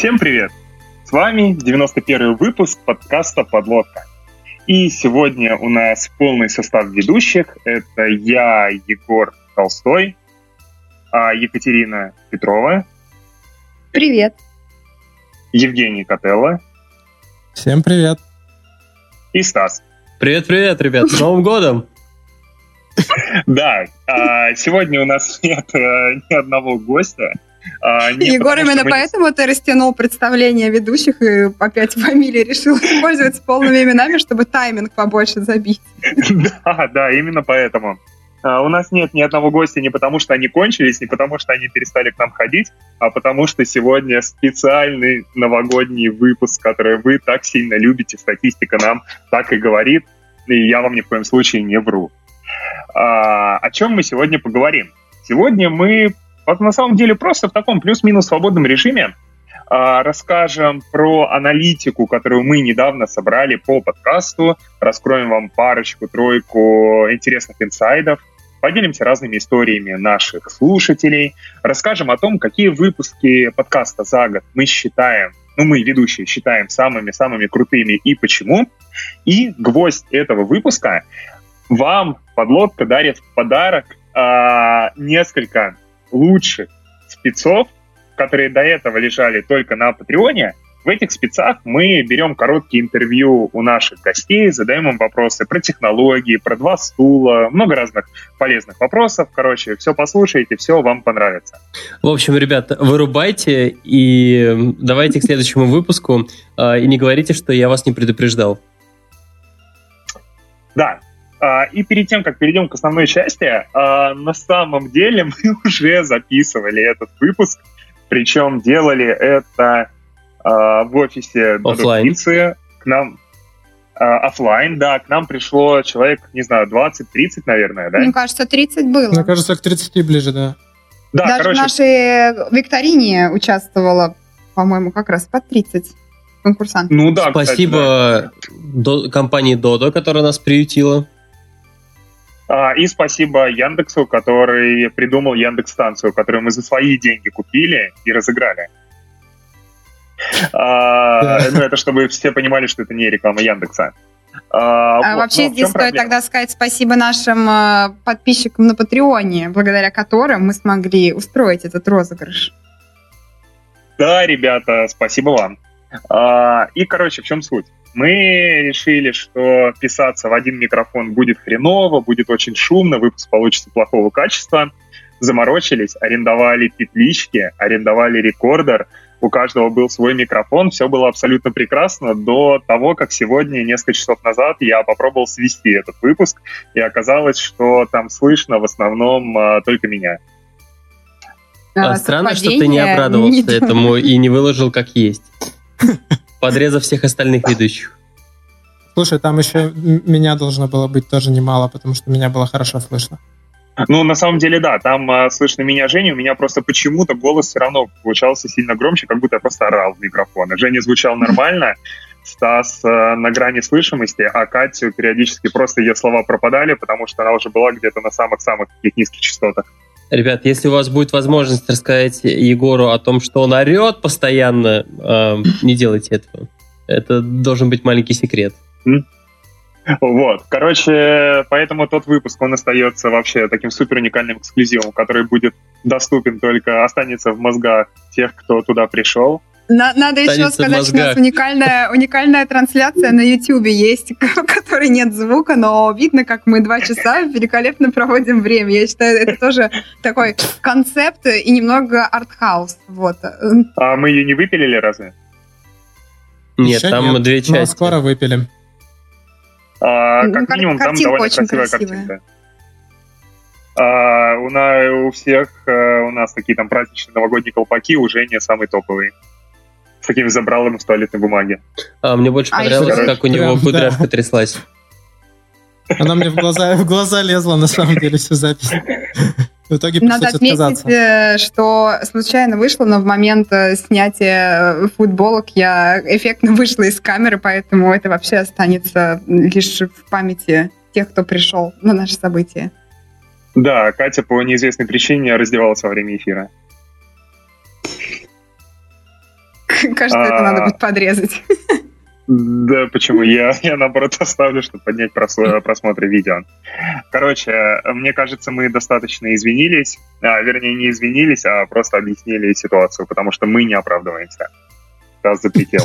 Всем привет! С вами 91-й выпуск подкаста «Подлодка». И сегодня у нас полный состав ведущих. Это я, Егор Толстой, Екатерина Петрова. Привет. Евгений Котелло. Всем привет. И Стас. Привет-привет, ребят, с Новым годом! Да, сегодня у нас нет ни одного гостя. Егор, именно поэтому ты растянул представление ведущих и опять фамилии решил использовать с полными именами, чтобы тайминг побольше забить. Да, именно поэтому. У нас нет ни одного гостя не потому, что они кончились, не потому, что они перестали к нам ходить, а потому что сегодня специальный новогодний выпуск, который вы так сильно любите, статистика нам так и говорит, и я вам ни в коем случае не вру. О чем мы сегодня поговорим? Сегодня мы на самом деле просто в таком плюс-минус свободном режиме расскажем про аналитику, которую мы недавно собрали по подкасту, раскроем вам парочку-тройку интересных инсайдов, поделимся разными историями наших слушателей, расскажем о том, какие выпуски подкаста за год мы считаем, мы, ведущие, считаем самыми-самыми крутыми и почему. И гвоздь этого выпуска вам Подлодка дарит в подарок несколько лучших спецов, которые до этого лежали только на Патреоне. В этих спецах мы берем короткие интервью у наших гостей, задаем им вопросы про технологии, про два стула, много разных полезных вопросов. Короче, все послушайте, все вам понравится. В общем, ребята, вырубайте и давайте к следующему выпуску. И не говорите, что я вас не предупреждал. Да. И перед тем, как перейдем к основной части, на самом деле мы уже записывали этот выпуск, причем делали это в офисе Додо-Пиццы. К нам офлайн, да, к нам пришло человек, не знаю, 20-30, наверное, да? Мне кажется, 30 было. Мне кажется, к 30 ближе, да. Даже в нашей викторине участвовало, по-моему, как раз под 30 конкурсантов. Ну да, спасибо, кстати, да. Компании Додо, которая нас приютила. И спасибо Яндексу, который придумал Яндекс-станцию, которую мы за свои деньги купили и разыграли. Это чтобы все понимали, что это не реклама Яндекса. Вообще здесь стоит тогда сказать спасибо нашим подписчикам на Патреоне, благодаря которым мы смогли устроить этот розыгрыш. Да, ребята, спасибо вам. И, короче, в чем суть? Мы решили, что писаться в один микрофон будет хреново, будет очень шумно, выпуск получится плохого качества. Заморочились, арендовали петлички, арендовали рекордер, у каждого был свой микрофон, все было абсолютно прекрасно до того, как сегодня, несколько часов назад, я попробовал свести этот выпуск, и оказалось, что там слышно в основном только меня. Странно, что ты не обрадовался этому и не выложил как есть, подрезав всех остальных ведущих. Слушай, там еще меня должно было быть тоже немало, потому что меня было хорошо слышно. На самом деле, да, там слышно меня, Женю, у меня просто почему-то голос все равно получался сильно громче, как будто я просто орал в микрофон. Женя звучал нормально, Стас на грани слышимости, а Катю периодически просто ее слова пропадали, потому что она уже была где-то на самых-самых таких низких частотах. Ребят, если у вас будет возможность рассказать Егору о том, что он орет постоянно, не делайте этого. Это должен быть маленький секрет. Вот, короче, поэтому тот выпуск, он остается вообще таким супер уникальным эксклюзивом, который будет доступен только, останется в мозгах тех, кто туда пришел. Надо еще сказать, что у нас уникальная трансляция на YouTube есть, в которой нет звука, но видно, как мы 2 часа великолепно проводим время. Я считаю, это тоже такой концепт и немного артхаус. Вот. А мы ее не выпилили разве? Нет, там 2 части. Но скоро выпилим. Как минимум, там довольно красивая картинка. У всех у нас такие там праздничные новогодние колпаки, уже не самые топовые. С такими забралами в туалетной бумаге. Мне больше понравилось, как у него кудряшка тряслась. Она мне в глаза лезла, на самом деле, всю запись. В итоге пришлось отказаться. Надо отметить, что случайно вышло, но в момент снятия футболок я эффектно вышла из камеры, поэтому это вообще останется лишь в памяти тех, кто пришел на наше событие. Да, Катя по неизвестной причине раздевалась во время эфира. Кажется, это надо будет подрезать. Да, почему? Я наоборот оставлю, чтобы поднять просмотры видео. Короче, мне кажется, мы достаточно извинились. Вернее, не извинились, а просто объяснили ситуацию, потому что мы не оправдываемся. Раз запретил.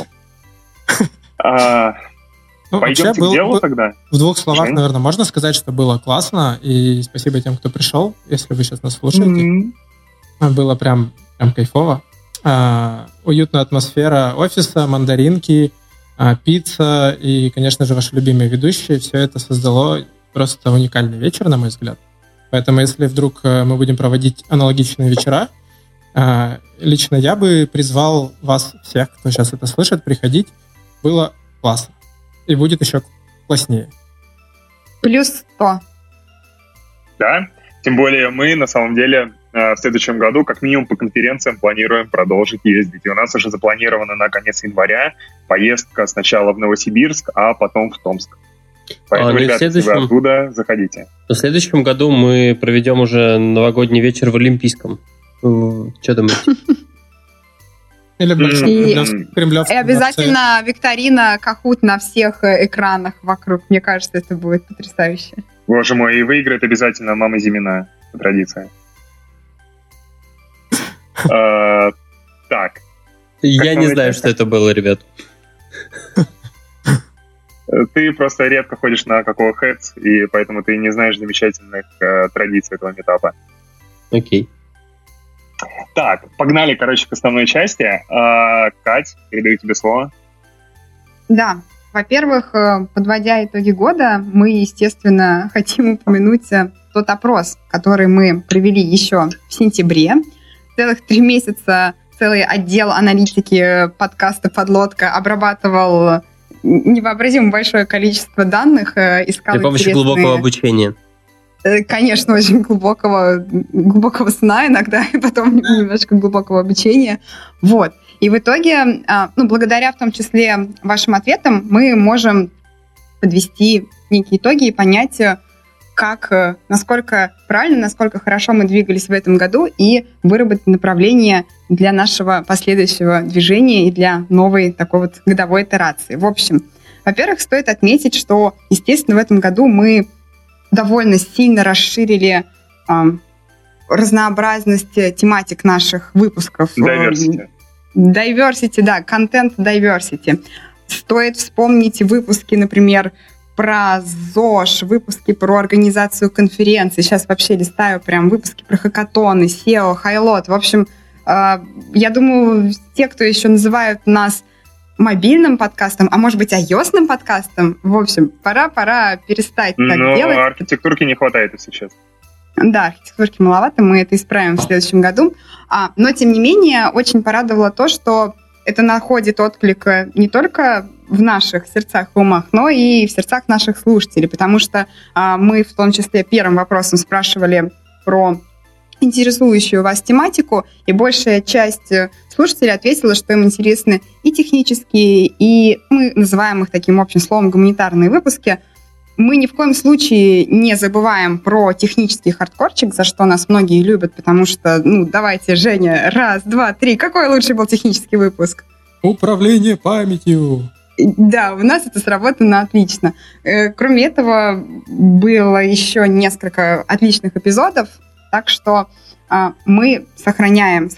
Пойдемте к делу тогда. В двух словах, наверное, можно сказать, что было классно. И спасибо тем, кто пришел, если вы сейчас нас слушаете. Было прям кайфово. Уютная атмосфера офиса, мандаринки, пицца и, конечно же, ваши любимые ведущие. Все это создало просто уникальный вечер, на мой взгляд. Поэтому, если вдруг мы будем проводить аналогичные вечера, лично я бы призвал вас всех, кто сейчас это слышит, приходить. Было классно. И будет еще класснее. Плюс 100. Да, тем более мы, на самом деле, в следующем году как минимум по конференциям планируем продолжить ездить. И у нас уже запланировано на конец января поездка сначала в Новосибирск, а потом в Томск. Поэтому, ребята, если вы оттуда, заходите. В следующем году мы проведем уже новогодний вечер в Олимпийском. Что думаете? Или в Кремлевском. И обязательно викторина Kahoot на всех экранах вокруг. Мне кажется, это будет потрясающе. Боже мой, и выиграет обязательно мама Зимина, по традиции. Так. Я не знаю, что это было, ребят. Ты просто редко ходишь на какого Хэтс, и поэтому ты не знаешь замечательных традиций этого митапа. Окей. Так, погнали, короче, к основной части. Кать, передаю тебе слово. Да, во-первых, подводя итоги года, мы, естественно, хотим упомянуть тот опрос, который мы провели еще в сентябре. Целых 3 месяца целый отдел аналитики подкаста «Подлодка» обрабатывал невообразимо большое количество данных, искал при помощи глубокого обучения. Конечно, очень глубокого сна иногда, и потом немножко глубокого обучения. Вот. И в итоге, благодаря в том числе вашим ответам, мы можем подвести некие итоги и понять, насколько правильно, насколько хорошо мы двигались в этом году, и выработать направление для нашего последующего движения и для новой такой вот годовой итерации. В общем, во-первых, стоит отметить, что, естественно, в этом году мы довольно сильно расширили разнообразность тематик наших выпусков. Diversity, да, контент diversity. Стоит вспомнить выпуски, например, про ЗОЖ, выпуски про организацию конференций. Сейчас вообще листаю прям выпуски про хакатоны, SEO, Хайлот. В общем, я думаю, те, кто еще называют нас мобильным подкастом, а может быть, iOS-ным подкастом, в общем, пора перестать так делать. Но архитектурки не хватает, если честно. Да, архитектурки маловато, мы это исправим в следующем году. Но, тем не менее, очень порадовало то, что это находит отклик не только в наших сердцах и умах, но и в сердцах наших слушателей, потому что мы в том числе первым вопросом спрашивали про интересующую вас тематику, и большая часть слушателей ответила, что им интересны и технические, и мы называем их таким общим словом гуманитарные выпуски. Мы ни в коем случае не забываем про технический хардкорчик, за что нас многие любят, потому что, давайте, Женя, 1, 2, 3, какой лучший был технический выпуск? Управление памятью. Да, у нас это сработано отлично. Кроме этого, было еще несколько отличных эпизодов, так что мы сохраняем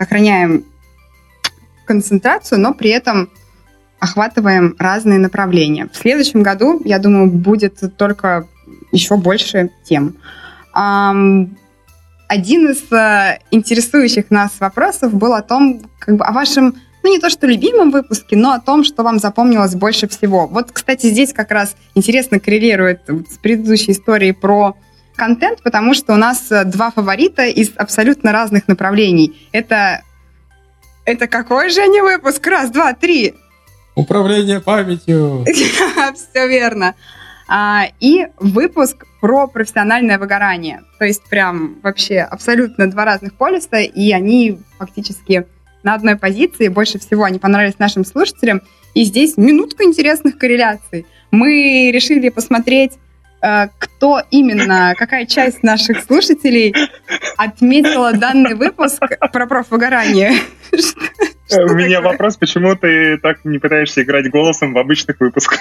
концентрацию, но при этом охватываем разные направления. В следующем году, я думаю, будет только еще больше тем. Один из интересующих нас вопросов был о том, о вашем, не то что любимом выпуске, но о том, что вам запомнилось больше всего. Вот, кстати, здесь как раз интересно коррелирует с предыдущей историей про контент, потому что у нас 2 фаворита из абсолютно разных направлений. Это какой, Женя, выпуск? 1, 2, 3. Управление памятью. Все верно. И выпуск про профессиональное выгорание. То есть прям вообще абсолютно 2 разных полюса, и они фактически на одной позиции. Больше всего они понравились нашим слушателям. И здесь минутка интересных корреляций. Мы решили посмотреть, кто именно, какая часть наших слушателей отметила данный выпуск про профвыгорание. У меня вопрос, почему ты так не пытаешься играть голосом в обычных выпусках?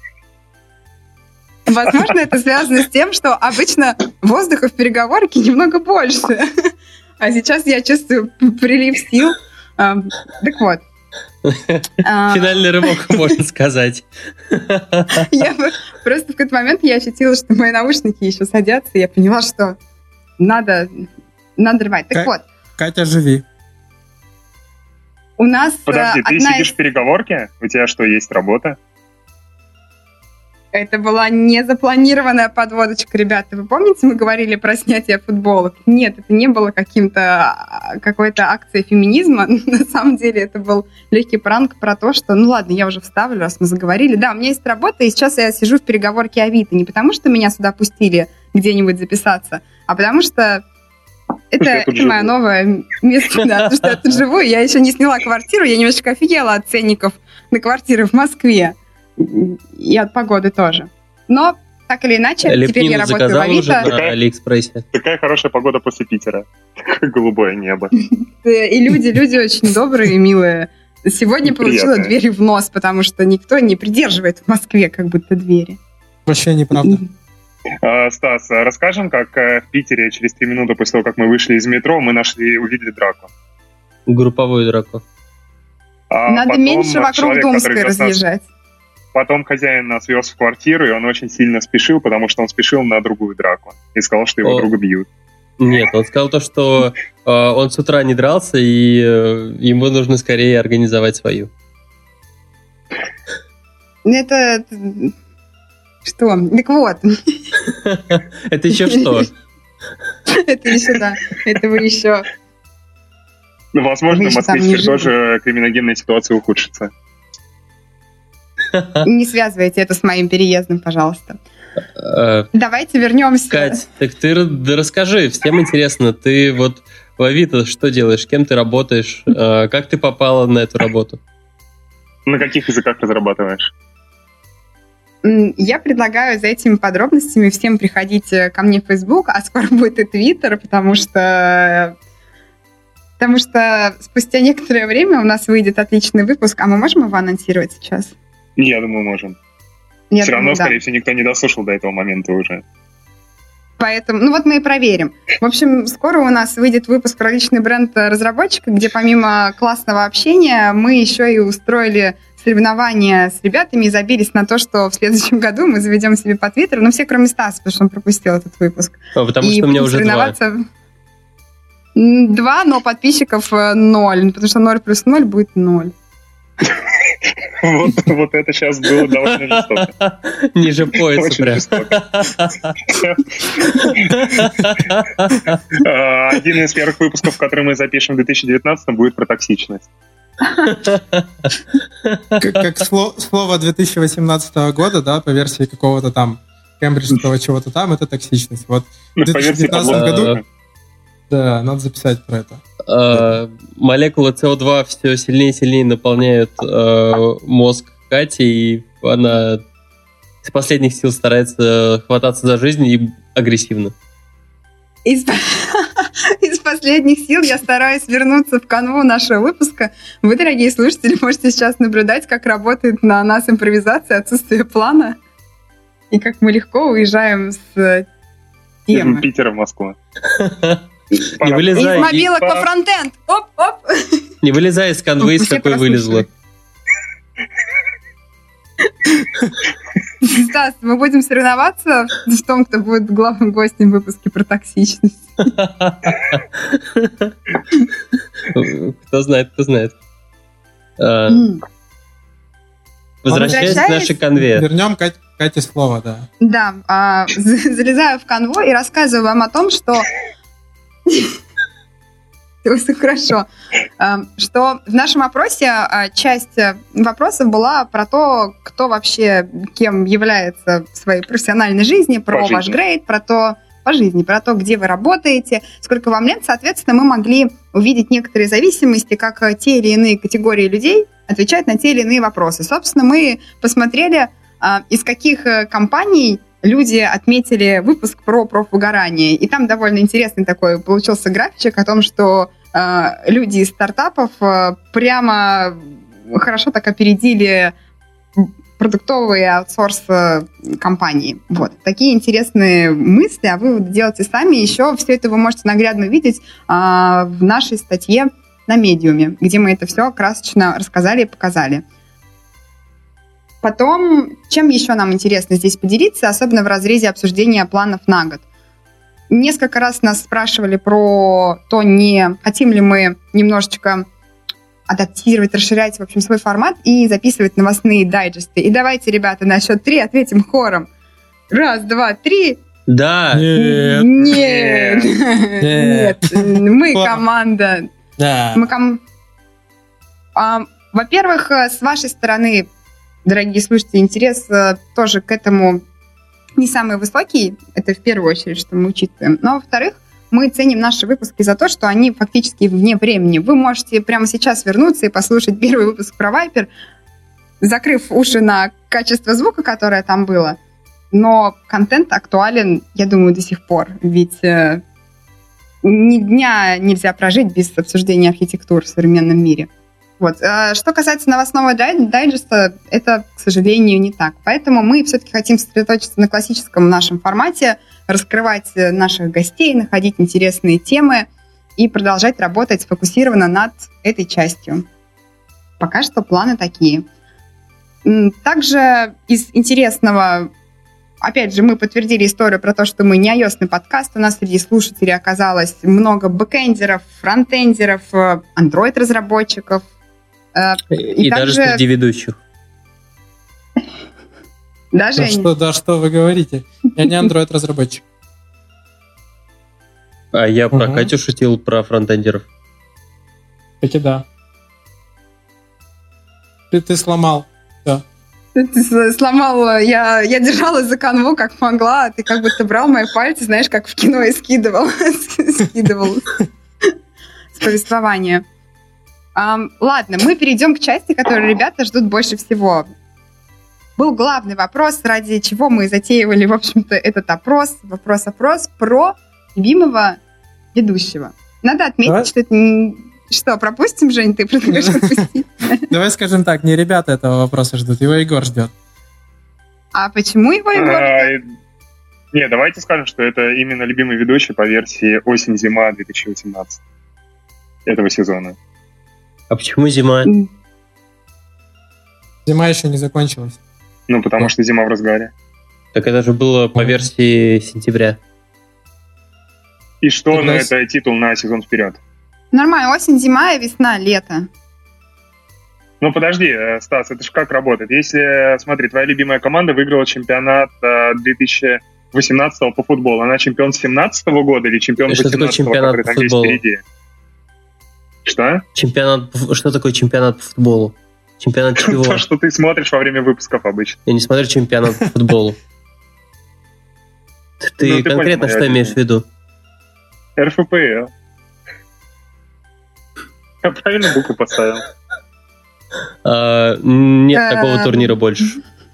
Возможно, это связано с тем, что обычно воздуха в переговорке немного больше. А сейчас я чувствую прилив сил. Так вот. Финальный рывок, можно сказать. Просто в какой-то момент я ощутила, что мои наушники еще садятся, и я поняла, что надо рвать. Так вот. Катя, живи. У нас Подожди, ты сидишь в переговорке? У тебя что, есть работа? Это была незапланированная подводочка, ребята. Вы помните, мы говорили про снятие футболок? Нет, это не было какой-то акцией феминизма. На самом деле это был легкий пранк про то, что, ну ладно, я уже вставлю, раз мы заговорили. Да, у меня есть работа, и сейчас я сижу в переговорке Авито. Не потому, что меня сюда пустили где-нибудь записаться, а потому что это мое новое место, да, потому что я тут живу, я еще не сняла квартиру, я немножечко офигела от ценников на квартиры в Москве. И от погоды тоже. Но, так или иначе, теперь я работаю в Авито. Уже на Алиэкспрессе. Такая хорошая погода после Питера. Голубое небо. И люди очень добрые и милые. Сегодня получила двери в нос, потому что никто не придерживает в Москве как будто двери. Вообще неправда. Стас, расскажем, как в Питере через 3 минуты после того, как мы вышли из метро, мы увидели драку. Групповую драку. Надо меньше вокруг Думской разъезжать. Потом хозяин нас вез в квартиру, и он очень сильно спешил, потому что он спешил на другую драку. И сказал, что его друга бьют. Нет, он сказал то, что он с утра не дрался, и ему нужно скорее организовать свою. Это... Что? Так вот. Это еще что? Это еще, да. Это вы еще... Возможно, в Москве теперь тоже криминогенная ситуация ухудшится. Не связывайте это с моим переездом, пожалуйста. Давайте вернемся. Кать, так ты расскажи, всем интересно, ты вот в Авито что делаешь, кем ты работаешь, как ты попала на эту работу? На каких языках разрабатываешь? Я предлагаю за этими подробностями всем приходить ко мне в Facebook, а скоро будет и Twitter, потому что спустя некоторое время у нас выйдет отличный выпуск, а мы можем его анонсировать сейчас? Я думаю, можем. Все равно, скорее всего, никто не дослушал до этого момента уже. Поэтому, вот мы и проверим. В общем, скоро у нас выйдет выпуск про личный бренд разработчика, где помимо классного общения мы еще и устроили соревнования с ребятами и забились на то, что в следующем году мы заведем себе по Твиттеру, но все, кроме Стаса, потому что он пропустил этот выпуск. Потому что у меня уже 2. 2, но подписчиков 0, потому что 0 плюс 0 будет 0. Вот это сейчас было довольно жестоко. Ниже пояса прям. Один из первых выпусков, который мы запишем в 2019, будет про токсичность. Как слово 2018 года, да, по версии какого-то там кембриджского чего-то там, это токсичность. Вот в 2019 году... Да, надо записать про это. Молекулы СО2 все сильнее и сильнее наполняют мозг Кати, и она из последних сил старается хвататься за жизнь и агрессивно. Из последних сил я стараюсь вернуться в канву нашего выпуска. Вы, дорогие слушатели, можете сейчас наблюдать, как работает на нас импровизация, отсутствие плана, и как мы легко уезжаем с темы. Из Питера в Москву. Не вылезай. Из мобилок во фронтенд. Оп-оп. Не вылезай из канвы, из какой вылезла. Стас, мы будем соревноваться в том, кто будет главным гостем в выпуске про токсичность. Кто знает, кто знает. Возвращаясь к нашей канве. Вернем Кате слово, да. Да, залезаю в канву и рассказываю вам о том, что... Все хорошо. Что в нашем опросе часть вопросов была про то, кто вообще кем является в своей профессиональной жизни, про ваш грейд, про то, по жизни, про то, где вы работаете, сколько вам лет. Соответственно, мы могли увидеть некоторые зависимости, как те или иные категории людей отвечают на те или иные вопросы. Собственно, мы посмотрели, из каких компаний люди отметили выпуск про профвыгорание. И там довольно интересный такой получился графичек о том, что люди из стартапов прямо хорошо так опередили продуктовые аутсорс-компании. Вот. Такие интересные мысли, а выводы делайте сами. Еще все это вы можете наглядно увидеть в нашей статье на Медиуме, где мы это все красочно рассказали и показали. Потом, чем еще нам интересно здесь поделиться, особенно в разрезе обсуждения планов на год. Несколько раз нас спрашивали про то, не хотим ли мы немножечко адаптировать, расширять, в общем, свой формат и записывать новостные дайджесты. И давайте, ребята, на счет 3 ответим хором. 1, 2, 3. Да. Нет. Мы команда. Да. Во-первых, с вашей стороны, дорогие слушатели, интерес тоже к этому не самый высокий. Это в первую очередь, что мы учитываем. Но, во-вторых, мы ценим наши выпуски за то, что они фактически вне времени. Вы можете прямо сейчас вернуться и послушать первый выпуск про Viper, закрыв уши на качество звука, которое там было. Но контент актуален, я думаю, до сих пор. Ведь ни дня нельзя прожить без обсуждения архитектур в современном мире. Вот. Что касается новостного дайджеста, это, к сожалению, не так. Поэтому мы все-таки хотим сосредоточиться на классическом нашем формате, раскрывать наших гостей, находить интересные темы и продолжать работать сфокусированно над этой частью. Пока что планы такие. Также из интересного, опять же, мы подтвердили историю про то, что мы не iOS-ный подкаст. У нас среди слушателей оказалось много бэкэндеров, фронтендеров, Android-разработчиков. И даже среди ведущих. Даже что вы говорите? Я не Android-разработчик. А я про Катю шутил, про фронтендеров. Таки да. Ты сломал. Да. Ты сломал. Я держалась за канву, как могла. Ты как будто брал мои пальцы, знаешь, как в кино, и скидывал. Скидывал с повествования. Ладно, мы перейдем к части, которую ребята ждут больше всего. Был главный вопрос, ради чего мы затеивали, в общем-то, этот вопрос-опрос про любимого ведущего. Надо отметить, что это не... Что, пропустим, Жень? Ты предлагаешь пропустить? Давай скажем так, не ребята этого вопроса ждут, его Егор ждет. А почему его Егор ждет? Не, давайте скажем, что это именно любимый ведущий по версии осень-зима 2018 этого сезона. А почему зима? Зима еще не закончилась. Ну, потому что зима в разгаре. Так это же было по версии сентября. И что на это титул на сезон вперед? Нормально, осень, зима, весна, лето. Ну, подожди, Стас, это же как работает? Если, смотри, твоя любимая команда выиграла чемпионат 2018 по футболу, она чемпион 2017 года или чемпион 2018, который там есть впереди? Что? Что такое чемпионат по футболу? Чемпионат чего? То, что ты смотришь во время выпусков обычно. Я не смотрю чемпионат по футболу. Ты конкретно что имеешь в виду? РФПЛ. Я правильно букву поставил? Нет такого турнира больше.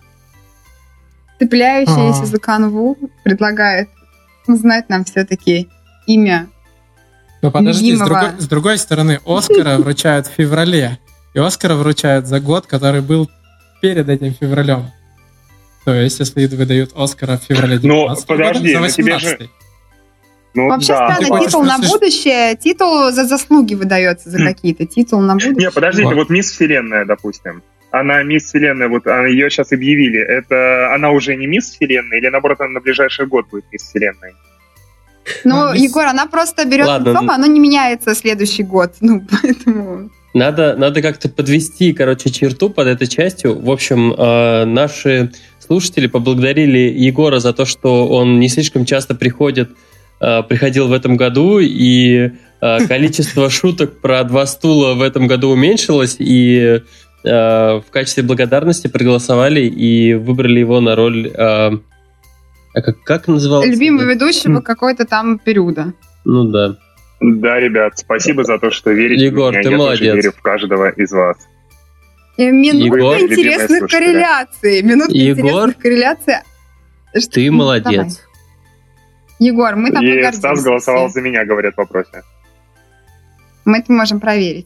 Цепляющаяся за канву предлагает узнать нам все-таки имя. Но подожди, с другой стороны, Оскара вручают в феврале. И Оскара вручают за год, который был перед этим февралем. То есть, если выдают Оскара в феврале 19 года, за 18-й. Вообще странно, титул на будущее, титул за заслуги выдается за какие-то, титул на будущее. Не, подождите, вот Мисс Вселенная, допустим. Она Мисс Вселенная, вот ее сейчас объявили. Это она уже не Мисс Вселенная, или наоборот, она на ближайший год будет Мисс Вселенной? Ну, Егор, она просто берет лицом, оно не меняется следующий год. Ну, поэтому... Надо как-то подвести, черту под этой частью. В общем, наши слушатели поблагодарили Егора за то, что он не слишком часто приходил в этом году, и количество шуток про 2 стула в этом году уменьшилось, и в качестве благодарности проголосовали и выбрали его на роль... как называлось? Любимого ведущего какой-то там периода. Ну да. Да, ребят, спасибо за то, что верите Егор, в меня. ты молодец. Я тоже верю в каждого из вас. Минутка интересных корреляций. Егор, ты молодец. Давай. Егор, мы тобой гордимся. И Стас голосовал за меня, говорят в вопросе. Мы это можем проверить.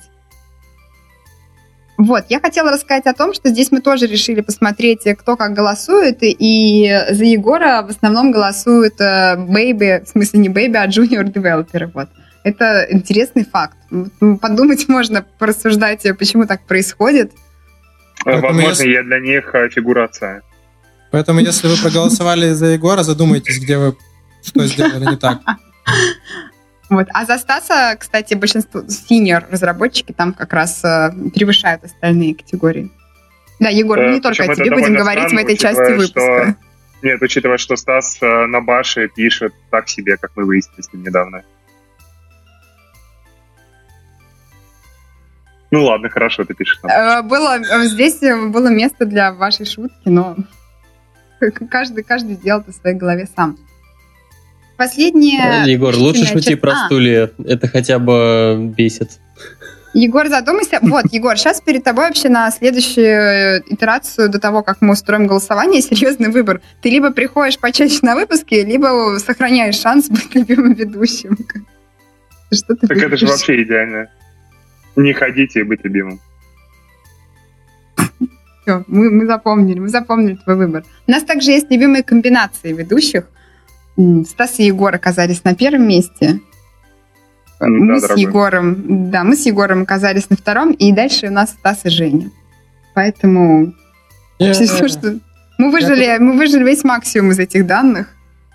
Вот, я хотела рассказать о том, что здесь мы тоже решили посмотреть, кто как голосует, и за Егора в основном голосуют бэйби, в смысле не бэйби, а джуниор-девелоперы, вот. Это интересный факт. Подумать можно, порассуждать, почему так происходит. Возможно, я для них фигура отца. Поэтому, если вы проголосовали за Егора, задумайтесь, где вы что сделали не так. Вот. А за Стаса, кстати, большинство синьор-разработчики там как раз превышают остальные категории. Да, Егор, мы не только о тебе будем говорить в этой части выпуска. Нет, учитывая, что Стас на баше пишет так себе, как мы выяснили с ним недавно. Ну ладно, хорошо, ты пишешь. Здесь было место для вашей шутки, но каждый сделал это в своей голове сам. Последнее... Егор, лучше шути про стулья. Это хотя бы бесит. Егор, задумайся. Вот, Егор, сейчас перед тобой вообще на следующую итерацию до того, как мы устроим голосование, серьезный выбор. Ты либо приходишь почаще на выпуски, либо сохраняешь шанс быть любимым ведущим. Что ты так это же вообще идеально. Не ходите и быть любимым. Все, мы запомнили твой выбор. У нас также есть любимые комбинации ведущих. Стас и Егор оказались на первом месте. Мы с Егором оказались на втором, и дальше у нас Стас и Женя. Поэтому все, что... мы выжили весь максимум из этих данных.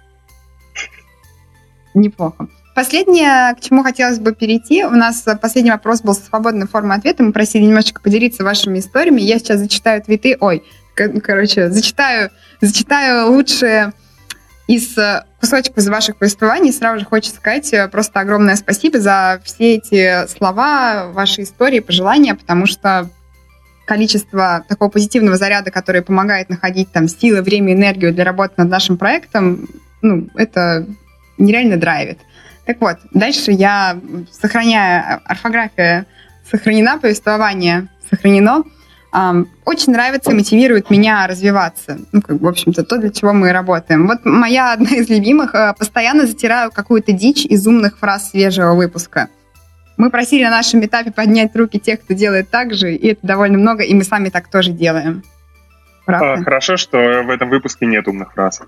Неплохо. Последнее, к чему хотелось бы перейти, у нас последний вопрос был со свободной формой ответа. Мы просили немножечко поделиться вашими историями. Я сейчас зачитаю твиты. Зачитаю лучшие из кусочков из ваших повествований. Сразу же хочется сказать просто огромное спасибо за все эти слова, ваши истории, пожелания, потому что количество такого позитивного заряда, который помогает находить там силы, время, энергию для работы над нашим проектом, это нереально драйвит. Так вот, дальше я сохраняю, орфография сохранена, повествование сохранено. Очень нравится и мотивирует меня развиваться. В общем-то, то, для чего мы работаем. Вот моя одна из любимых. Постоянно затираю какую-то дичь из умных фраз свежего выпуска. Мы просили на нашем этапе поднять руки тех, кто делает так же, и это довольно много, и мы сами так тоже делаем. Правда? Хорошо, что в этом выпуске нет умных фраз.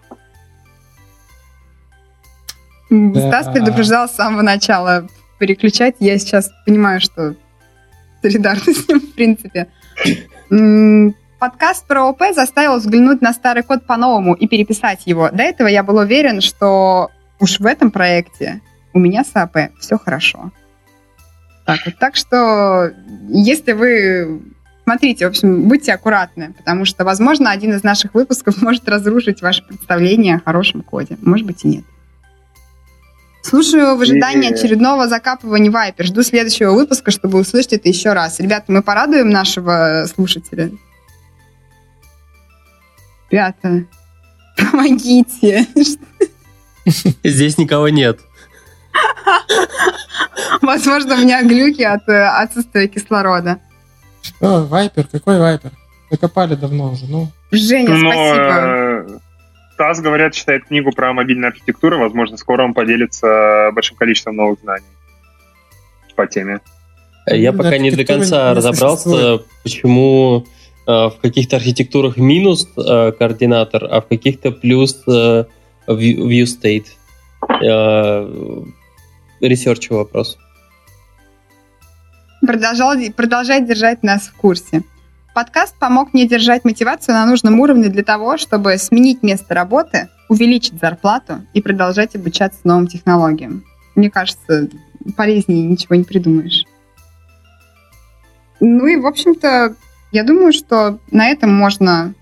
Стас предупреждал с самого начала переключать. Я сейчас понимаю, что солидарна с ним, в принципе. Подкаст про ОП заставил взглянуть на старый код по-новому и переписать его. До этого я был уверен, что уж в этом проекте у меня с АП все хорошо. Так что, если вы... Смотрите, в общем, будьте аккуратны, потому что, возможно, один из наших выпусков может разрушить ваше представление о хорошем коде. Может быть и нет. Слушаю в ожидании очередного закапывания Viper. Жду следующего выпуска, чтобы услышать это еще раз. Ребята, мы порадуем нашего слушателя. Ребята, помогите. Здесь никого нет. Возможно, у меня глюки от отсутствия кислорода. Что, Viper? Какой Viper? Закопали давно уже, Женя, спасибо. Стас, говорят, читает книгу про мобильную архитектуру. Возможно, скоро он поделится большим количеством новых знаний по теме. Я пока не до конца разобрался, почему в каких-то архитектурах минус координатор, а в каких-то плюс view state. Ресерчу вопрос. Продолжай держать нас в курсе. Подкаст помог мне держать мотивацию на нужном уровне для того, чтобы сменить место работы, увеличить зарплату и продолжать обучаться новым технологиям. Мне кажется, полезнее ничего не придумаешь. И, в общем-то, я думаю, что на этом можно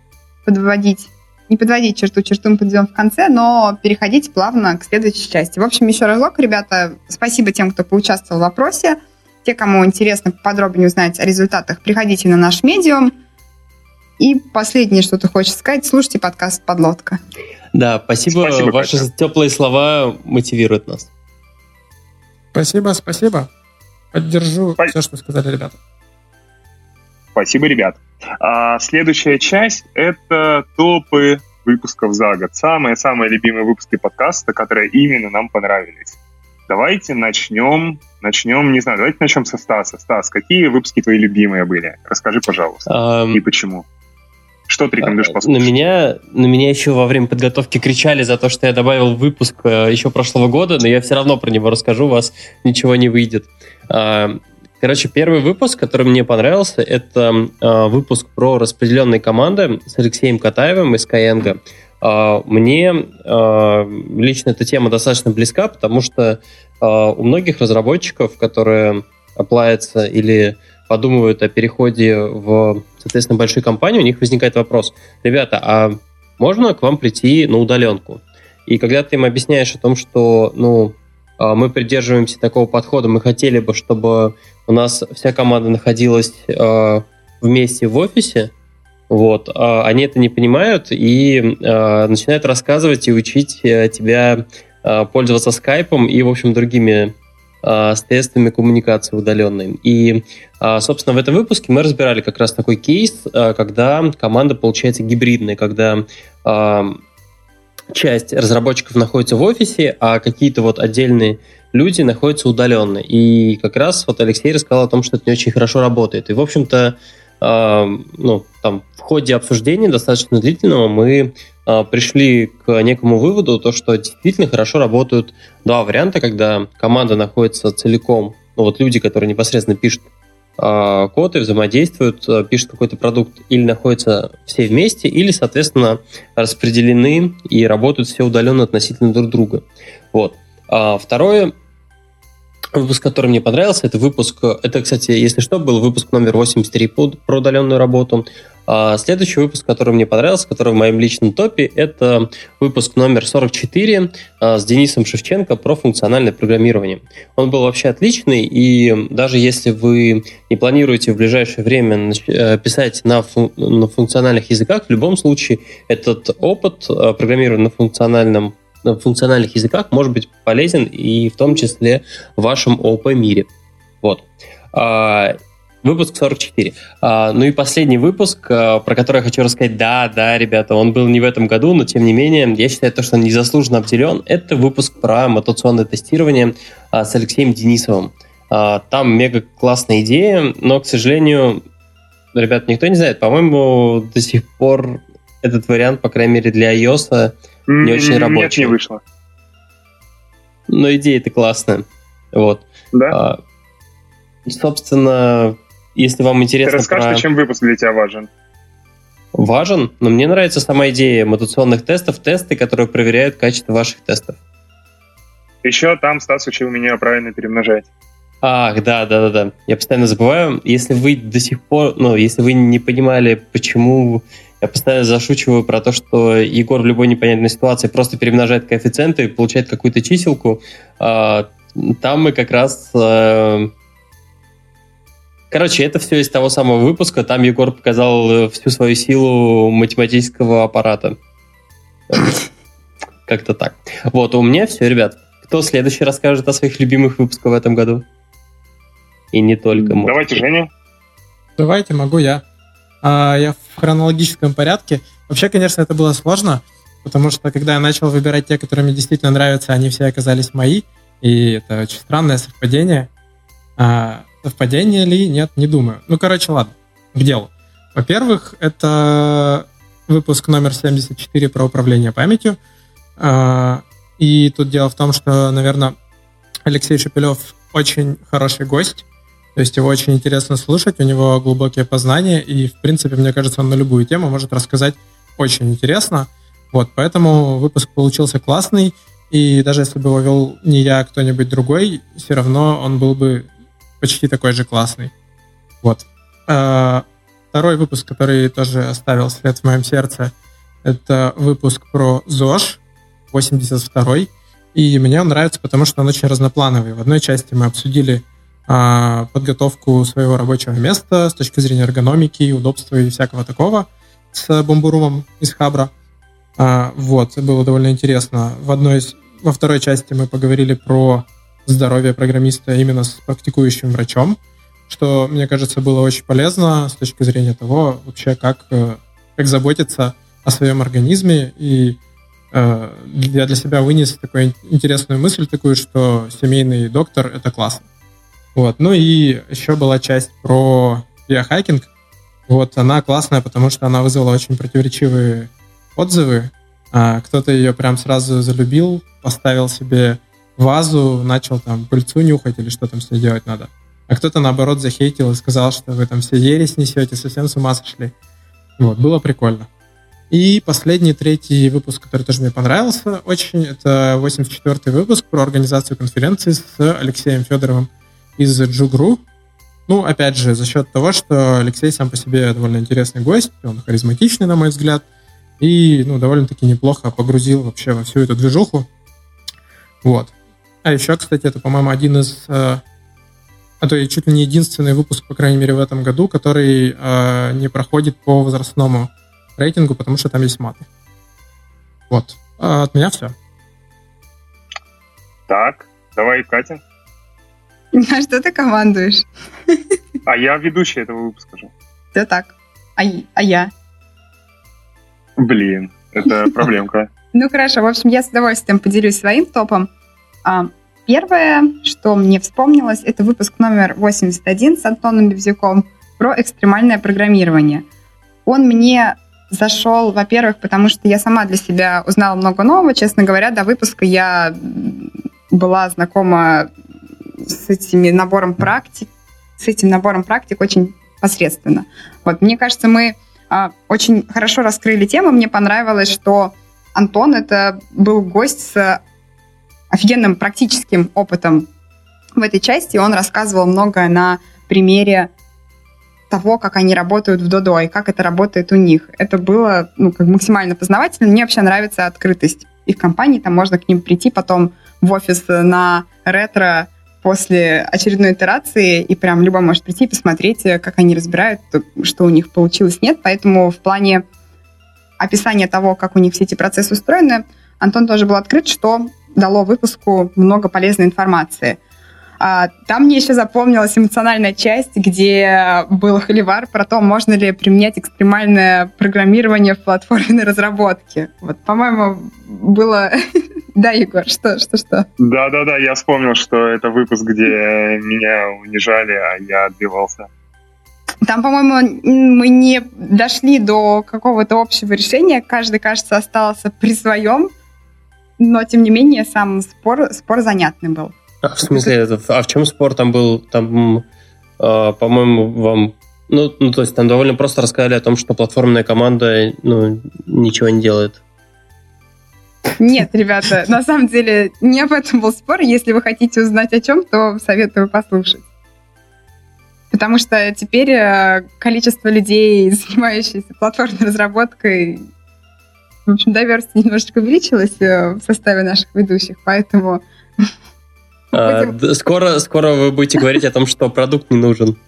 не подводить черту мы подведем в конце, но переходить плавно к следующей части. В общем, еще разок, ребята, спасибо тем, кто поучаствовал в вопросе. Те, кому интересно подробнее узнать о результатах, приходите на наш медиум. И последнее, что ты хочешь сказать, слушайте подкаст «Подлодка». Да, спасибо. Ваши теплые слова мотивируют нас. Спасибо. Поддержу все, что сказали ребята. Спасибо, ребят. Следующая часть — это топы выпусков за год. Самые-самые любимые выпуски подкаста, которые именно нам понравились. Давайте начнем, не знаю, давайте начнем со Стаса. Стас, какие выпуски твои любимые были? Расскажи, пожалуйста, и почему. Что ты рекомендуешь послушать? На меня еще во время подготовки кричали за то, что я добавил выпуск еще прошлого года, но я все равно про него расскажу, у вас ничего не выйдет. Короче, первый выпуск, который мне понравился, это выпуск про распределенные команды с Алексеем Катаевым из Skyeng. Мне лично эта тема достаточно близка, потому что у многих разработчиков, которые аплаются или подумывают о переходе в, соответственно, большую компанию, у них возникает вопрос: ребята, а можно к вам прийти на удаленку? И когда ты им объясняешь о том, что мы придерживаемся такого подхода, мы хотели бы, чтобы у нас вся команда находилась вместе в офисе, они это не понимают и начинают рассказывать и учить тебя пользоваться скайпом и, в общем, другими средствами коммуникации удаленной. И, собственно, в этом выпуске мы разбирали как раз такой кейс, когда команда получается гибридной, когда часть разработчиков находится в офисе, а какие-то отдельные люди находятся удаленно. И как раз Алексей рассказал о том, что это не очень хорошо работает. И, в общем-то, в ходе обсуждения достаточно длительного мы пришли к некому выводу, то, что действительно хорошо работают два варианта, когда команда находится целиком, люди, которые непосредственно пишут код и взаимодействуют, пишут какой-то продукт, или находятся все вместе, или, соответственно, распределены и работают все удаленно относительно друг друга. Второе, выпуск, который мне понравился, это, кстати, если что, был выпуск номер 83 про удаленную работу. Следующий выпуск, который мне понравился, который в моем личном топе, это выпуск номер 44 с Денисом Шевченко про функциональное программирование. Он был вообще отличный, и даже если вы не планируете в ближайшее время писать на функциональных языках, в любом случае этот опыт программирования на функциональных языках может быть полезен и в том числе в вашем ООП-мире. Выпуск 44. И последний выпуск, про который я хочу рассказать. Да, ребята, он был не в этом году, но тем не менее, я считаю, что он незаслуженно обделен. Это выпуск про мотационное тестирование с Алексеем Денисовым. Там мега классная идея, но, к сожалению, ребят, никто не знает. По-моему, до сих пор этот вариант, по крайней мере, для iOS не очень рабочий. Нет, не вышло. Но идея-то классная. Да? Собственно, если вам интересно... Ты расскажешь, чем выпуск для тебя важен? Важен? Но мне нравится сама идея мотационных тестов, тесты, которые проверяют качество ваших тестов. Еще там Стас учил меня правильно перемножать. Ах, да. Я постоянно забываю. Если вы до сих пор... если вы не понимали, почему... Я постоянно зашучиваю про то, что Егор в любой непонятной ситуации просто перемножает коэффициенты и получает какую-то чиселку. Там мы как раз... Короче, это все из того самого выпуска. Там Егор показал всю свою силу математического аппарата. Как-то так. У меня все, ребят. Кто следующий расскажет о своих любимых выпусках в этом году? И не только. Давайте, Женя. Давайте, могу я. Я в хронологическом порядке. Вообще, конечно, это было сложно, потому что, когда я начал выбирать те, которые мне действительно нравятся, они все оказались мои, и это очень странное совпадение. Совпадение ли? Нет, не думаю. Ладно, к делу. Во-первых, это выпуск номер 74 про управление памятью. И тут дело в том, что, наверное, Алексей Шепелев очень хороший гость. То есть его очень интересно слушать, у него глубокие познания, и, в принципе, мне кажется, он на любую тему может рассказать очень интересно. Поэтому выпуск получился классный, и даже если бы его вел не я, а кто-нибудь другой, все равно он был бы почти такой же классный. Второй выпуск, который тоже оставил след в моем сердце, это выпуск про ЗОЖ, 82-й, и мне он нравится, потому что он очень разноплановый. В одной части мы обсудили подготовку своего рабочего места с точки зрения эргономики, удобства и всякого такого с Бомбурумом из Хабра. Было довольно интересно. Во второй части мы поговорили про здоровье программиста именно с практикующим врачом, что, мне кажется, было очень полезно с точки зрения того, вообще, как заботиться о своем организме и я для себя вынес такую интересную мысль такую, что семейный доктор — это классно. Вот. Ну и еще была часть про биохакинг. Вот она классная, потому что она вызвала очень противоречивые отзывы. Кто-то ее прям сразу залюбил, поставил себе вазу, начал там пыльцу нюхать или что там с ней делать надо. А кто-то, наоборот, захейтил и сказал, что вы там все ересь несете, совсем с ума сошли. Вот, было прикольно. И последний, третий выпуск, который тоже мне понравился очень, это 84-й выпуск про организацию конференции с Алексеем Федоровым из Джугру. Ну, опять же, за счет того, что Алексей сам по себе довольно интересный гость, он харизматичный, на мой взгляд, и, ну, довольно-таки неплохо погрузил вообще во всю эту движуху. Вот. А еще, кстати, это, по-моему, один из... а то и чуть ли не единственный выпуск, по крайней мере, в этом году, который не проходит по возрастному рейтингу, потому что там есть маты. Вот. От меня все. Так, давай, Катя. А что ты командуешь? А я ведущий этого выпуска же. Да так. А я? Блин, это проблемка. Ну хорошо, в общем, я с удовольствием поделюсь своим топом. Первое, что мне вспомнилось, это выпуск номер 81 с Антоном Бевзюком про экстремальное программирование. Он мне зашел, во-первых, потому что я сама для себя узнала много нового. Честно говоря, до выпуска я была знакома с этим набором практик очень посредственно. Вот, мне кажется, мы очень хорошо раскрыли тему. Мне понравилось, что Антон это был гость с офигенным практическим опытом в этой части. Он рассказывал многое на примере того, как они работают в Додо и как это работает у них. Это было как максимально познавательно. Мне вообще нравится открытость их компании. Там можно к ним прийти потом в офис на ретро после очередной итерации, и прям любой может прийти и посмотреть, как они разбирают, что у них получилось, нет. Поэтому в плане описания того, как у них все эти процессы устроены, Антон тоже был открыт, что дало выпуску много полезной информации. Там мне еще запомнилась эмоциональная часть, где был холивар про то, можно ли применять экстремальное программирование в платформенной разработке. Вот, по-моему, было... Да, Егор, что? Да, я вспомнил, что это выпуск, где меня унижали, а я отбивался. Там, по-моему, мы не дошли до какого-то общего решения. Каждый, кажется, остался при своем, но, тем не менее, сам спор занятный был. В смысле, а в чем спор там был? Там, по-моему, вам... Ну, то есть там довольно просто рассказали о том, что платформенная команда ничего не делает. Нет, ребята, на самом деле не об этом был спор. Если вы хотите узнать о чем, то советую послушать. Потому что теперь количество людей, занимающихся платформенной разработкой, в общем, diversity немножечко увеличилось в составе наших ведущих, поэтому... Скоро вы будете говорить о том, что продукт не нужен.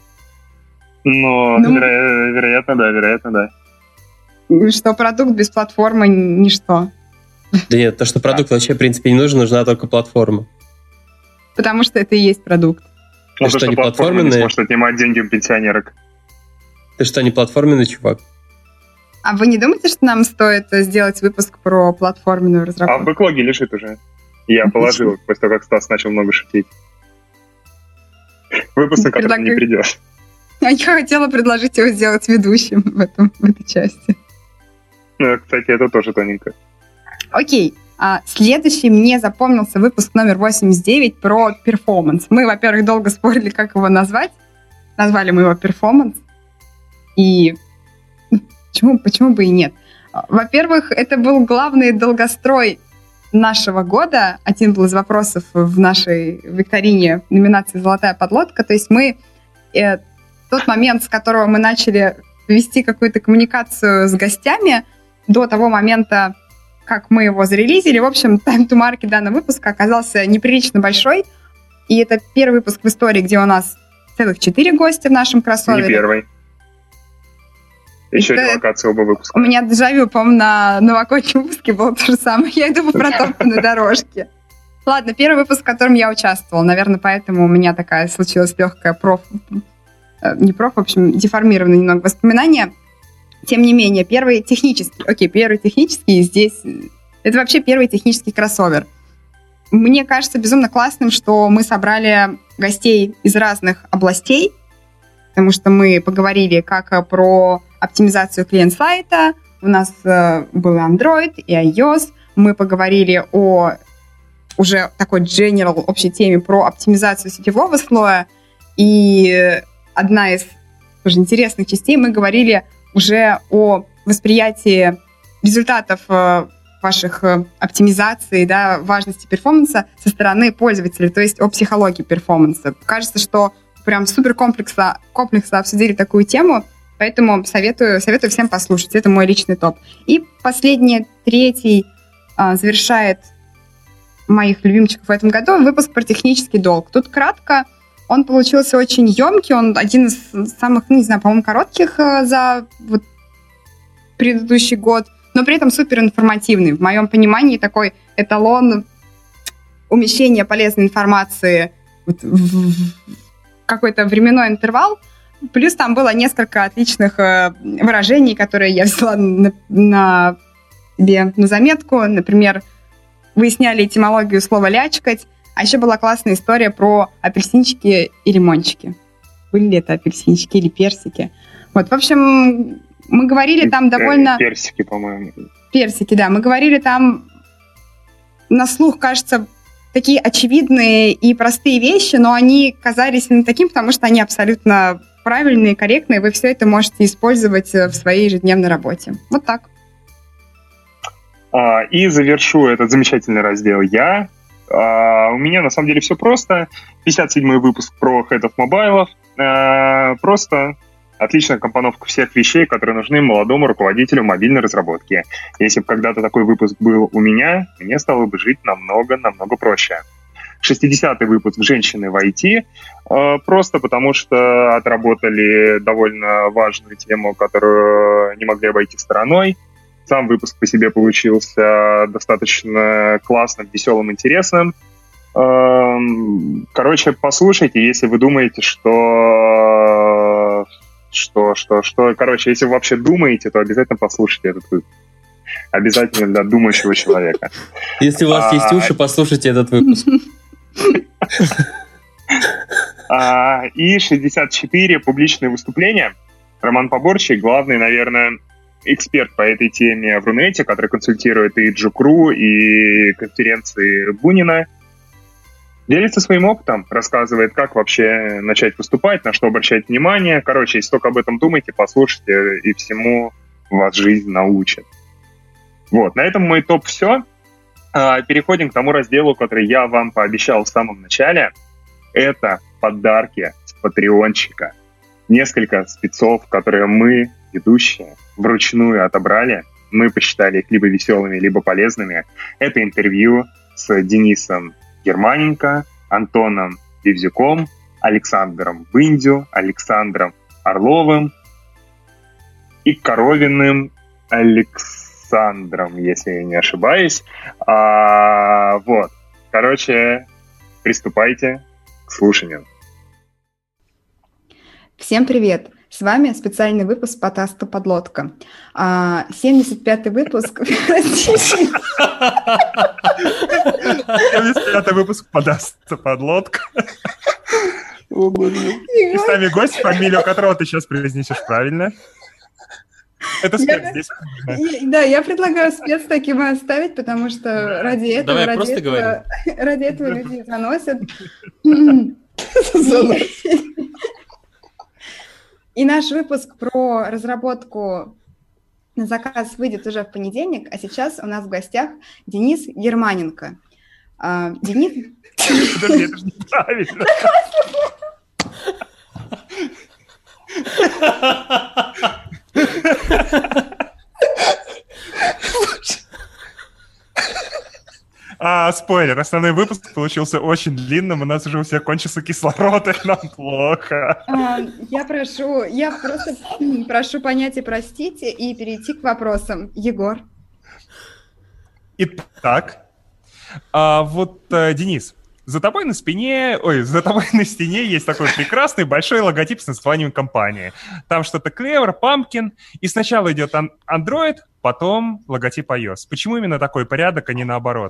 Вероятно, да. Что продукт без платформы — ничто. Да нет, то, что продукт вообще, в принципе, не нужен, нужна только платформа. Потому что это и есть продукт. Ты что, не платформенный? Не сможет отнимать деньги у пенсионерок. Ты что, не платформенный чувак? А вы не думаете, что нам стоит сделать выпуск про платформенную разработку? А в бэклоге лежит уже. Я положил, после того, как Стас начал много шутить. Выпуск, на который не придешь. А я хотела предложить его сделать ведущим в этой части. Кстати, это тоже тоненько. Окей. Следующий мне запомнился выпуск номер 89 про перформанс. Мы, во-первых, долго спорили, как его назвать. Назвали мы его перформанс. И почему бы и нет? Во-первых, это был главный долгострой нашего года. Один был из вопросов в нашей викторине номинации «Золотая подлодка». То есть мы тот момент, с которого мы начали вести какую-то коммуникацию с гостями, до того момента, как мы его зарелизили. В общем, time to market данного выпуска оказался неприлично большой. И это первый выпуск в истории, где у нас целых 4 гостя в нашем кроссовере. Не первый. Еще это... локации оба выпуска. У меня дежавю, по-моему, на новогоднем выпуске было то же самое. Я иду по протоптанной дорожке. Ладно, первый выпуск, в котором я участвовала. Наверное, поэтому у меня такая случилась легкая в общем, деформированное немного воспоминания. Тем не менее, первый технический. Здесь Это вообще первый технический кроссовер. Мне кажется безумно классным, что мы собрали гостей из разных областей, потому что мы поговорили как про оптимизацию клиент-сайта, у нас был Android и iOS, мы поговорили о уже такой general общей теме про оптимизацию сетевого слоя, и одна из тоже интересных частей мы говорили уже о восприятии результатов ваших оптимизаций, да, важности перформанса со стороны пользователя, то есть о психологии перформанса. Кажется, что прям супер комплексно обсудили такую тему, поэтому советую всем послушать. Это мой личный топ. И последний, третий, завершает моих любимчиков в этом году выпуск про технический долг. Тут кратко, он получился очень емкий, он один из самых, не знаю, по-моему, коротких за вот предыдущий год, но при этом супер информативный. В моем понимании такой эталон умещения полезной информации в какой-то временной интервал. Плюс там было несколько отличных выражений, которые я взяла на заметку. Например, выясняли этимологию слова «лячкать», а еще была классная история про апельсинчики и лимончики. Были ли это апельсинчики или персики? Вот, в общем, мы говорили там довольно... Персики, по-моему. Персики, да. Мы говорили там на слух, кажется, такие очевидные и простые вещи, но они казались именно таким, потому что они абсолютно правильные, корректные. Вы все это можете использовать в своей ежедневной работе. Вот так. И завершу этот замечательный раздел я. У меня на самом деле все просто. 57-й выпуск про Head of Mobile. Просто отличная компоновка всех вещей, которые нужны молодому руководителю мобильной разработки. Если бы когда-то такой выпуск был у меня, мне стало бы жить намного проще. 60-й выпуск «Женщины в IT», просто потому что отработали довольно важную тему, которую не могли обойти стороной. Сам выпуск по себе получился достаточно классным, веселым, интересным. Короче, послушайте, если вы думаете, Короче, если вы вообще думаете, то обязательно послушайте этот выпуск. Обязательно для думающего человека. Если у вас есть уши, послушайте этот выпуск. И 64 публичные выступления. Роман Поборчик, главный, наверное, эксперт по этой теме в Рунете, который консультирует и Джукру, и конференции Бунина. Делится своим опытом, рассказывает, как вообще начать выступать, на что обращать внимание. Короче, если только об этом думаете, послушайте, и всему вас жизнь научит. Вот, на этом мой топ все. Переходим к тому разделу, который я вам пообещал в самом начале. Это подарки с патреончика. Несколько спецов, которые мы, ведущие, вручную отобрали. Мы посчитали их либо веселыми, либо полезными. Это интервью с Денисом Германенко, Антоном Бивзюком, Александром Бындю, Александром Орловым и Коровиным Александром, если я не ошибаюсь. Вот. Короче, приступайте к слушанию. Всем привет! С вами специальный выпуск подкаста «Подлодка». 75-й выпуск... 75-й выпуск подкаста «Подлодка». И с нами гость, фамилию которого ты сейчас произнесешь правильно. Это спец здесь. Да, я предлагаю спец таким и оставить, потому что ради этого люди заносят. И наш выпуск про разработку на заказ выйдет уже в понедельник, а сейчас у нас в гостях Денис Германенко. Денис... Подожди, это же неправильно. Спойлер, основной выпуск получился очень длинным, у нас уже у всех кончился кислород, и нам плохо. Я просто прошу понять и простить, и перейти к вопросам. Егор. Итак, вот, Денис, за тобой на стене есть такой прекрасный большой логотип с названием компании. Там что-то Clever, Pumpkin, и сначала идет Android, потом логотип iOS. Почему именно такой порядок, а не наоборот?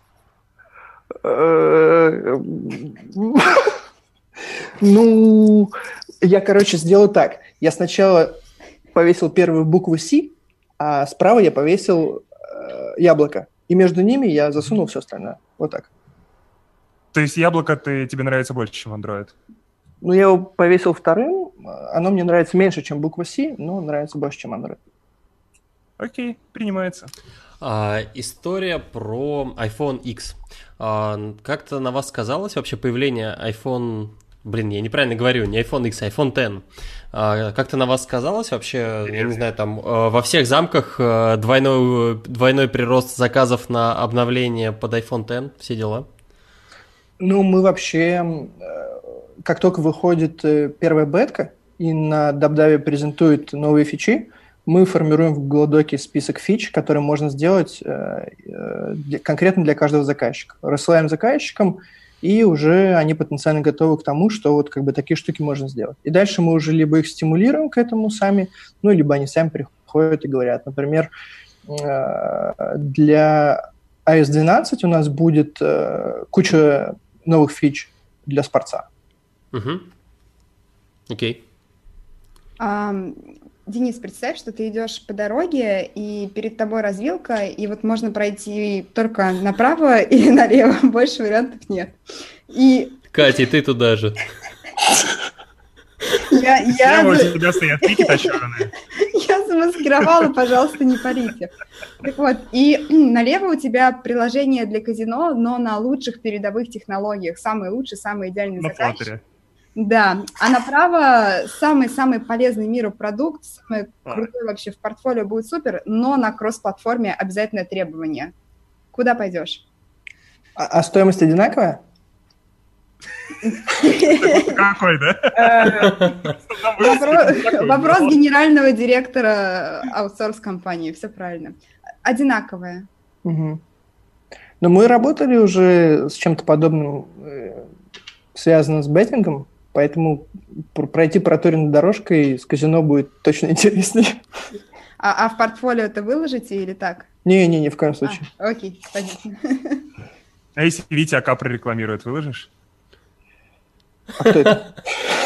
Ну, я, сделаю так. Я сначала повесил первую букву C, а справа я повесил яблоко. И между ними я засунул все остальное. Вот так. То есть яблоко тебе нравится больше, чем Android? Ну, я его повесил вторым. Оно мне нравится меньше, чем буква C, но нравится больше, чем Android. Окей, принимается. История про iPhone X. Как-то на вас сказалось вообще появление iPhone... Блин, я неправильно говорю, не iPhone X, а iPhone X. Как-то на вас сказалось вообще, я не знаю, там во всех замках двойной прирост заказов на обновление под iPhone X, все дела? Ну, мы вообще, как только выходит первая бетка, и на DubDub презентуют новые фичи, мы формируем в Google Доке список фич, которые можно сделать конкретно для каждого заказчика. Рассылаем заказчикам, и уже они потенциально готовы к тому, что вот как бы такие штуки можно сделать. И дальше мы уже либо их стимулируем к этому сами, ну, либо они сами приходят и говорят. Например, для iOS 12 у нас будет куча новых фич для спорца. Окей. Денис, представь, что ты идешь по дороге, и перед тобой развилка, и вот можно пройти только направо или налево, больше вариантов нет. Катя, ты туда же. Я у тебя стоят пики точёные. Я замаскировала, пожалуйста, не парите. Так вот, и налево у тебя приложение для казино, но на лучших передовых технологиях. Самый лучший, самый идеальный заказчик. Да, а направо самый-самый полезный миру продукт, самый крутой вообще в портфолио будет супер, но на кросс-платформе обязательное требование. Куда пойдешь? А стоимость одинаковая? Какой, да? Вопрос генерального директора аутсорс-компании, все правильно. Одинаковая. Но мы работали уже с чем-то подобным, связанным с беттингом, поэтому пройти проторенной дорожкой с казино будет точно интереснее. А в портфолио это выложите или так? Не, ни в коем случае. Окей, понятно. А если Витя АК прорекламирует, выложишь? А кто это?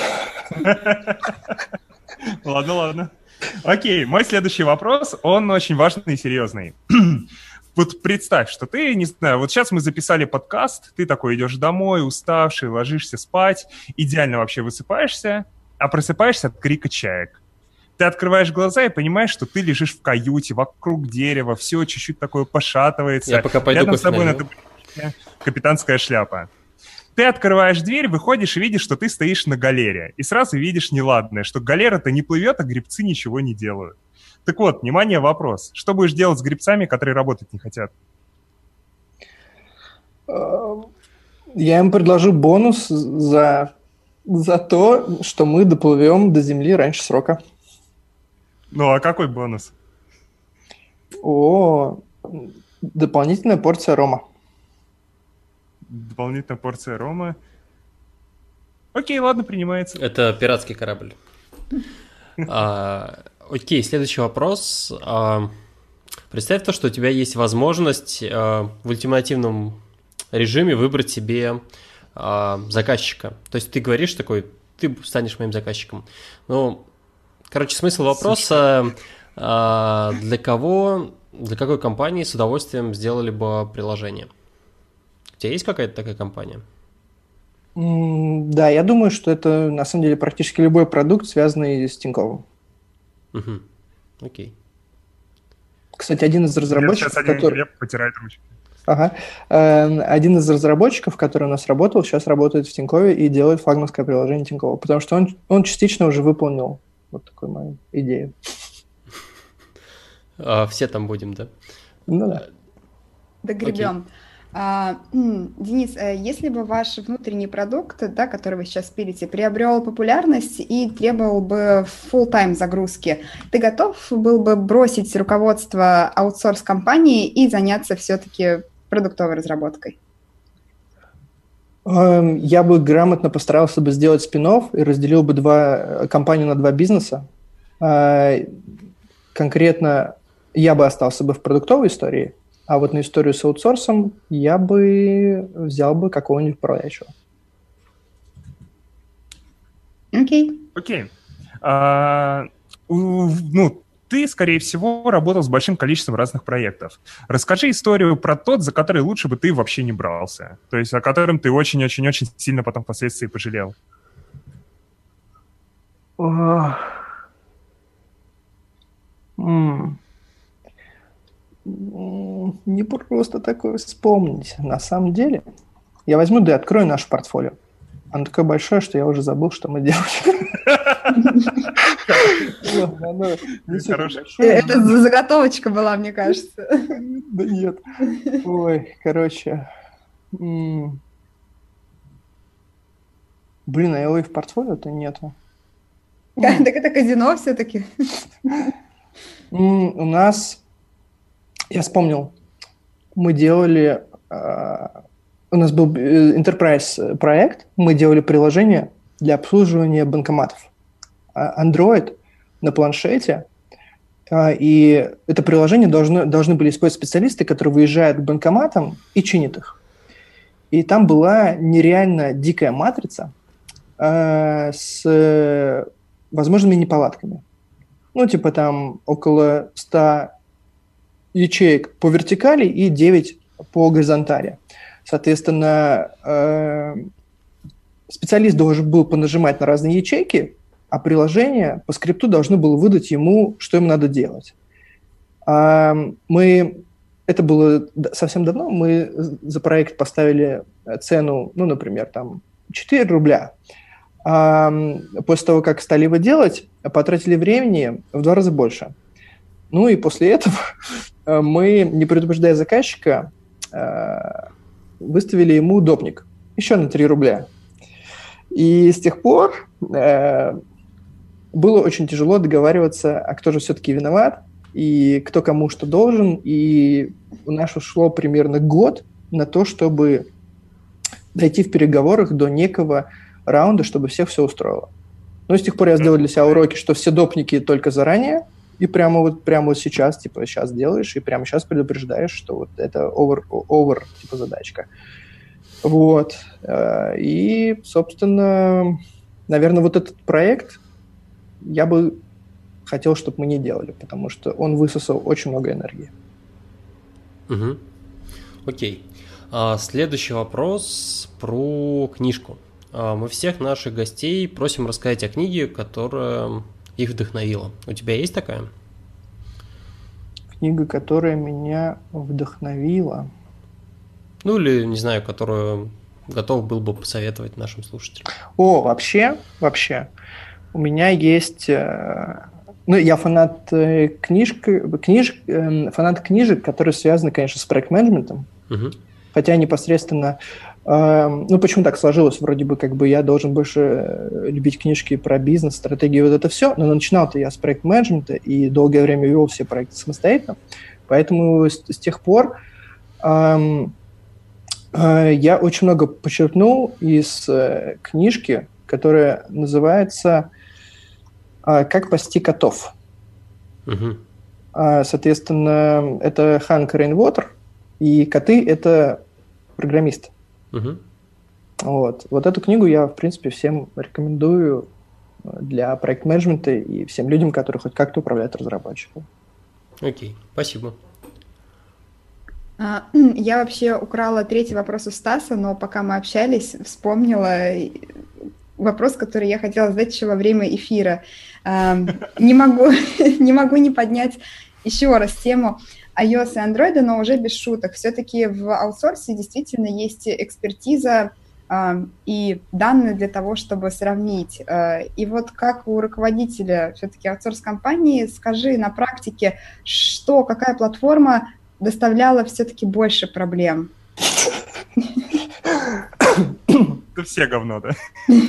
Ладно. Окей, мой следующий вопрос, он очень важный и серьезный. Вот представь, что ты, не знаю, вот сейчас мы записали подкаст, ты такой идешь домой, уставший, ложишься спать, идеально вообще высыпаешься, а просыпаешься от крика чаек. Ты открываешь глаза и понимаешь, что ты лежишь в каюте, вокруг дерева, все чуть-чуть такое пошатывается. Я пока пойду рядом с тобой на табурете капитанская шляпа. Ты открываешь дверь, выходишь и видишь, что ты стоишь на галере. И сразу видишь неладное, что галера-то не плывет, а гребцы ничего не делают. Так вот, внимание, вопрос. Что будешь делать с гребцами, которые работать не хотят? Я им предложу бонус за то, что мы доплывем до земли раньше срока. Ну, а какой бонус? Дополнительная порция рома. Дополнительная порция рома. Окей, ладно, принимается. Это пиратский корабль. Окей, следующий вопрос. Представь то, что у тебя есть возможность в ультимативном режиме выбрать себе заказчика. То есть ты говоришь такой, ты станешь моим заказчиком. Ну, короче, смысл вопроса, для какой компании с удовольствием сделали бы приложение? У тебя есть какая-то такая компания? Да, я думаю, что это на самом деле практически любой продукт, связанный с Тиньковым. Окей. Кстати, один из разработчиков, который потирает ручки. Один из разработчиков, который у нас работал, сейчас работает в Тинькове и делает флагманское приложение Тинькова, потому что он частично уже выполнил вот такую мою идею. Все там будем, да? Ну да. Догребем. Денис, если бы ваш внутренний продукт, да, который вы сейчас пилите, приобрел популярность и требовал бы full-time загрузки, ты готов был бы бросить руководство аутсорс-компании и заняться все-таки продуктовой разработкой? Я бы грамотно постарался бы сделать спин-офф и разделил бы компанию на два бизнеса. Конкретно я бы остался бы в продуктовой истории, а вот на историю с аутсорсом я бы взял бы какого-нибудь управляющего. Окей. Ты, скорее всего, работал с большим количеством разных проектов. Расскажи историю про тот, за который лучше бы ты вообще не брался. То есть о котором ты очень-очень-очень сильно потом впоследствии пожалел. Не просто такое вспомнить. На самом деле, я возьму да и открою наше портфолио. Оно такое большое, что я уже забыл, что мы делали. Это заготовочка была, мне кажется. Да нет. Ой, короче. Блин, а его и в портфолио-то нету. Так это казино все-таки. У нас, я вспомнил, мы делали, у нас был Enterprise проект, мы делали приложение для обслуживания банкоматов. Android на планшете, и это приложение должны были использовать специалисты, которые выезжают к банкоматам и чинят их. И там была нереально дикая матрица с возможными неполадками. Ну, типа там около 100 ячеек по вертикали и 9 по горизонтали. Соответственно, специалист должен был понажимать на разные ячейки, а приложение по скрипту должно было выдать ему, что ему надо делать. Это было совсем давно, мы за проект поставили цену, ну, например, там 4 рубля. После того, как стали его делать, потратили времени в 2 раза больше. Ну и после этого мы, не предупреждая заказчика, выставили ему допник еще на 3 рубля. И с тех пор было очень тяжело договариваться, а кто же все-таки виноват, и кто кому что должен. И у нас ушло примерно год на то, чтобы дойти в переговорах до некого раунда, чтобы всех все устроило. Но с тех пор я сделал для себя уроки, что все допники только заранее, и прямо вот сейчас, типа, сейчас делаешь, и прямо сейчас предупреждаешь, что вот это over типа, задачка. Вот. И, собственно, наверное, вот этот проект я бы хотел, чтобы мы не делали, потому что он высосал очень много энергии. Угу. Окей. Следующий вопрос про книжку. Мы всех наших гостей просим рассказать о книге, которая их вдохновила. У тебя есть такая? Книга, которая меня вдохновила. Ну или, не знаю, которую готов был бы посоветовать нашим слушателям. Вообще, у меня есть... я фанат фанат книжек, которые связаны, конечно, с проект-менеджментом. Угу. Хотя непосредственно... почему так сложилось? Вроде бы как бы я должен больше любить книжки про бизнес, стратегию, вот это все. Но начинал-то я с проект-менеджмента и долгое время вел все проекты самостоятельно. Поэтому с тех пор я очень много почерпнул из книжки, которая называется «Как пасти котов». Угу. Соответственно, это Ханк Рейнвотер, и коты – это программисты. Угу. Вот эту книгу я, в принципе, всем рекомендую для проект-менеджмента и всем людям, которые хоть как-то управляют разработчиком. Окей, спасибо. Я вообще украла 3-й вопрос у Стаса, но пока мы общались, вспомнила вопрос, который я хотела задать еще во время эфира. Не могу не поднять еще раз тему iOS и Android, но уже без шуток. Все-таки в аутсорсе действительно есть экспертиза и данные для того, чтобы сравнить. И вот как у руководителя все-таки аутсорс-компании, скажи на практике, какая платформа доставляла все-таки больше проблем? Это все говно, да?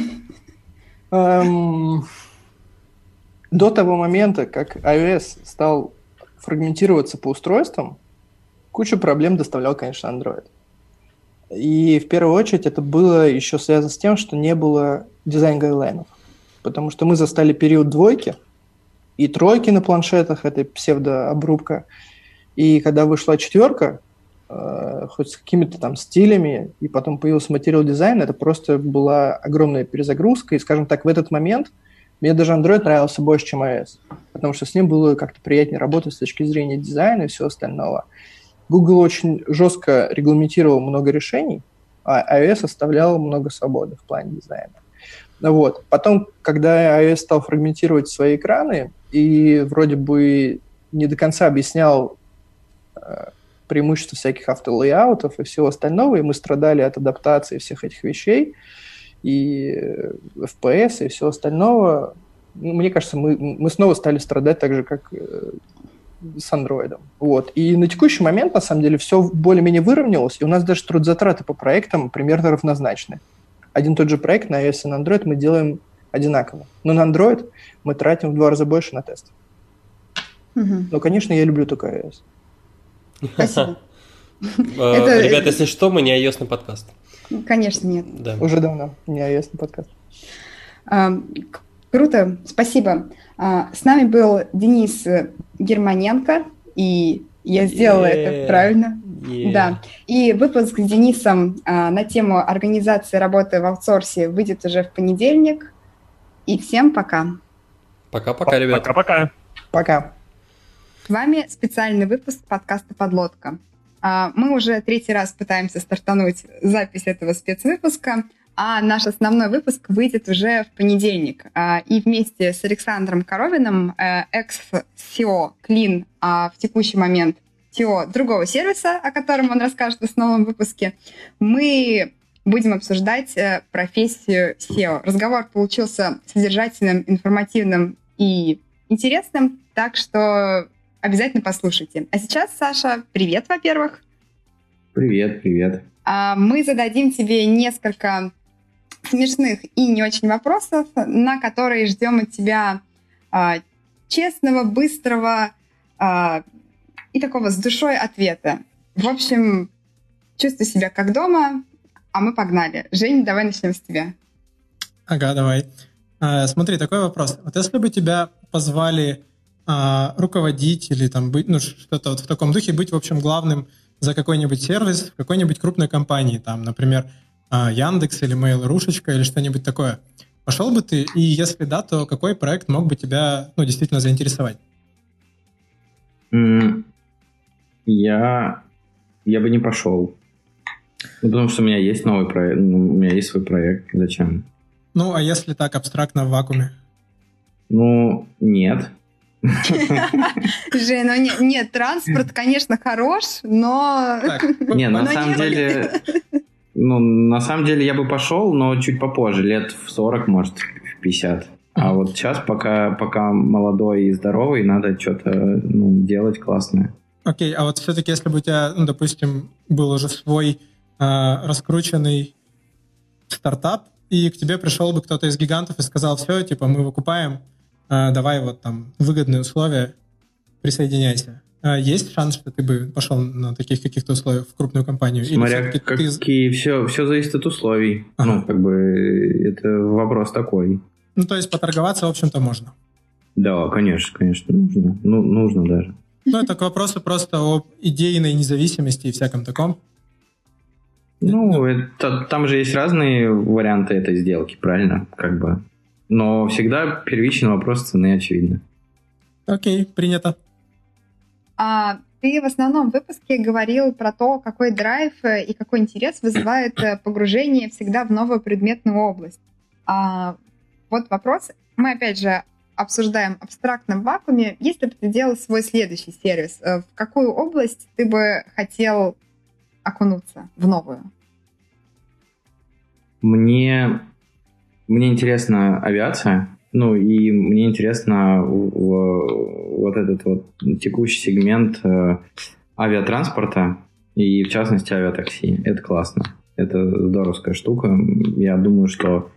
До того момента, как iOS стал фрагментироваться по устройствам, кучу проблем доставлял, конечно, Android. И в первую очередь это было еще связано с тем, что не было дизайн-гайдлайнов. Потому что мы застали период двойки и тройки на планшетах, этой псевдообрубка. И когда вышла четверка, хоть с какими-то там стилями, и потом появился материал дизайн, это просто была огромная перезагрузка. И, скажем так, в этот момент мне даже Android нравился больше, чем iOS. Потому что с ним было как-то приятнее работать с точки зрения дизайна и всего остального. Google очень жестко регламентировал много решений, а iOS оставлял много свободы в плане дизайна. Вот. Потом, когда iOS стал фрагментировать свои экраны и вроде бы не до конца объяснял преимущества всяких автолейаутов и всего остального, и мы страдали от адаптации всех этих вещей, и FPS, и всего остального, мне кажется, мы снова стали страдать так же, как с андроидом. Вот. И на текущий момент, на самом деле, все более-менее выровнялось, и у нас даже трудозатраты по проектам примерно равнозначны. Один тот же проект на iOS и на Android мы делаем одинаково. Но на Android мы тратим в 2 раза больше на тест. Но, конечно, я люблю только iOS. Спасибо. Ребята, если что, мы не iOS-ный подкаст. Конечно, нет. Да. Уже давно не iOS-ный подкаст. Круто, спасибо. С нами был Денис Германенко, и я сделала это правильно. Да. И выпуск с Денисом на тему организации работы в аутсорсе выйдет уже в понедельник. И всем пока. Пока-пока, ребята. Пока-пока. Пока. С вами специальный выпуск подкаста «Подлодка». Мы уже 3-й раз пытаемся стартануть запись этого спецвыпуска, а наш основной выпуск выйдет уже в понедельник. И вместе с Александром Коровиным, экс-SEO Clean, в текущий момент SEO другого сервиса, о котором он расскажет в основном выпуске, мы будем обсуждать профессию SEO. Разговор получился содержательным, информативным и интересным, так что обязательно послушайте. А сейчас, Саша, привет, во-первых. Привет. Мы зададим тебе несколько смешных и не очень вопросов, на которые ждем от тебя честного, быстрого и такого с душой ответа. В общем, чувствуй себя как дома, а мы погнали. Жень, давай начнем с тебя. Ага, давай. Смотри, такой вопрос. Вот если бы тебя позвали руководить или там быть, что-то вот в таком духе, быть, в общем, главным за какой-нибудь сервис в какой-нибудь крупной компании, там, например, Яндекс или Mail.ru или что-нибудь такое. Пошел бы ты? И если да, то какой проект мог бы тебя, действительно заинтересовать? Я бы не пошел. Потому что у меня есть новый проект, у меня есть свой проект. Зачем? А если так абстрактно в вакууме? Нет. Жень, нет, транспорт, конечно, хорош, но... Не, на самом деле я бы пошел, но чуть попозже, лет в 40, может, в 50. А вот сейчас, пока молодой и здоровый, надо что-то делать классное. Окей, а вот все-таки, если бы у тебя, допустим, был уже свой раскрученный стартап, и к тебе пришел бы кто-то из гигантов и сказал: все, мы выкупаем, давай вот там выгодные условия, присоединяйся. Есть шанс, что ты бы пошел на таких каких-то условиях в крупную компанию? Смотря какие... Все зависит от условий. Ага. Это вопрос такой. То есть поторговаться, в общем-то, можно? Да, конечно, нужно. Нужно даже. Это к вопросу просто об идейной независимости и всяком таком. Там же есть разные варианты этой сделки, правильно? Но всегда первичный вопрос цены, очевидно. Окей, принято. Ты в основном выпуске говорил про то, какой драйв и какой интерес вызывает погружение всегда в новую предметную область. Вот вопрос. Мы, опять же, обсуждаем абстрактно в вакууме. Если бы ты делал свой следующий сервис, в какую область ты бы хотел окунуться в новую? Мне интересна авиация, и мне интересно вот этот вот текущий сегмент авиатранспорта и, в частности, авиатакси. Это классно. Это здоровская штука. Я думаю, что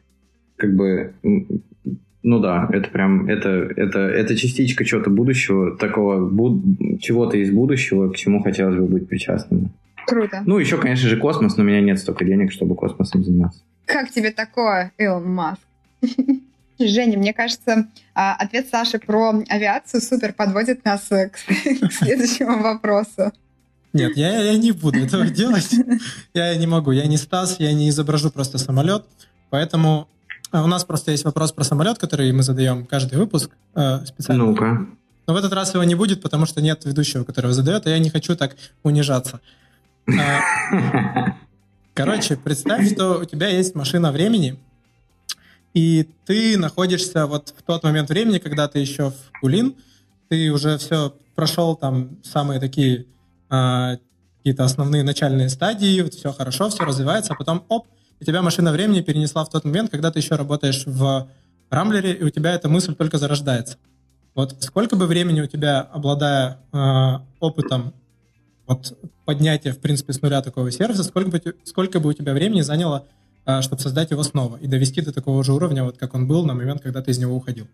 это прям, это частичка чего-то будущего, такого чего-то из будущего, к чему хотелось бы быть причастным. Круто. Ну, еще, конечно же, космос, но у меня нет столько денег, чтобы космосом заниматься. Как тебе такое, Илон Маск? Женя, мне кажется, ответ Саши про авиацию супер подводит нас к следующему вопросу. Нет, я не буду этого делать. Я не могу. Я не Стас, я не изображу просто самолет. Поэтому у нас просто есть вопрос про самолет, который мы задаем каждый выпуск специально. Ну-ка. Но в этот раз его не будет, потому что нет ведущего, который его задает, и я не хочу так унижаться. Короче, представь, что у тебя есть машина времени, и ты находишься вот в тот момент времени, когда ты еще в Кулин, ты уже все прошел там самые такие какие-то основные начальные стадии, вот все хорошо, все развивается, а потом оп, и тебя машина времени перенесла в тот момент, когда ты еще работаешь в Рамблере, и у тебя эта мысль только зарождается. Вот сколько бы времени у тебя, обладая опытом вот, поднятия, в принципе, с нуля такого сервиса, сколько бы у тебя времени заняло, чтобы создать его снова и довести до такого же уровня, вот как он был на момент, когда ты из него уходил?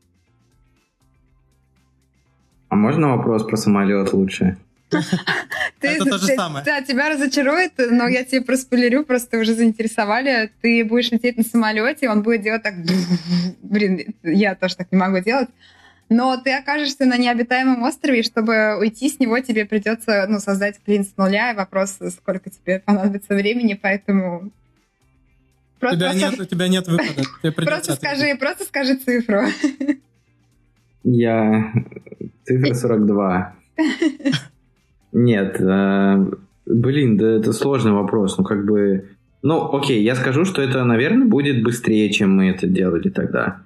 А можно вопрос про самолет лучше? Это то же самое. Да, тебя разочарует, но я тебе проспойлерю, просто уже заинтересовали. Ты будешь лететь на самолете, он будет делать так... Блин, я тоже так не могу делать. Но ты окажешься на необитаемом острове, и чтобы уйти с него, тебе придется создать клин с нуля. И вопрос, сколько тебе понадобится времени, поэтому... У тебя нет выхода. Просто скажи цифру. Цифра 42. Нет, блин, да это сложный вопрос. Окей, я скажу, что это, наверное, будет быстрее, чем мы это делали тогда.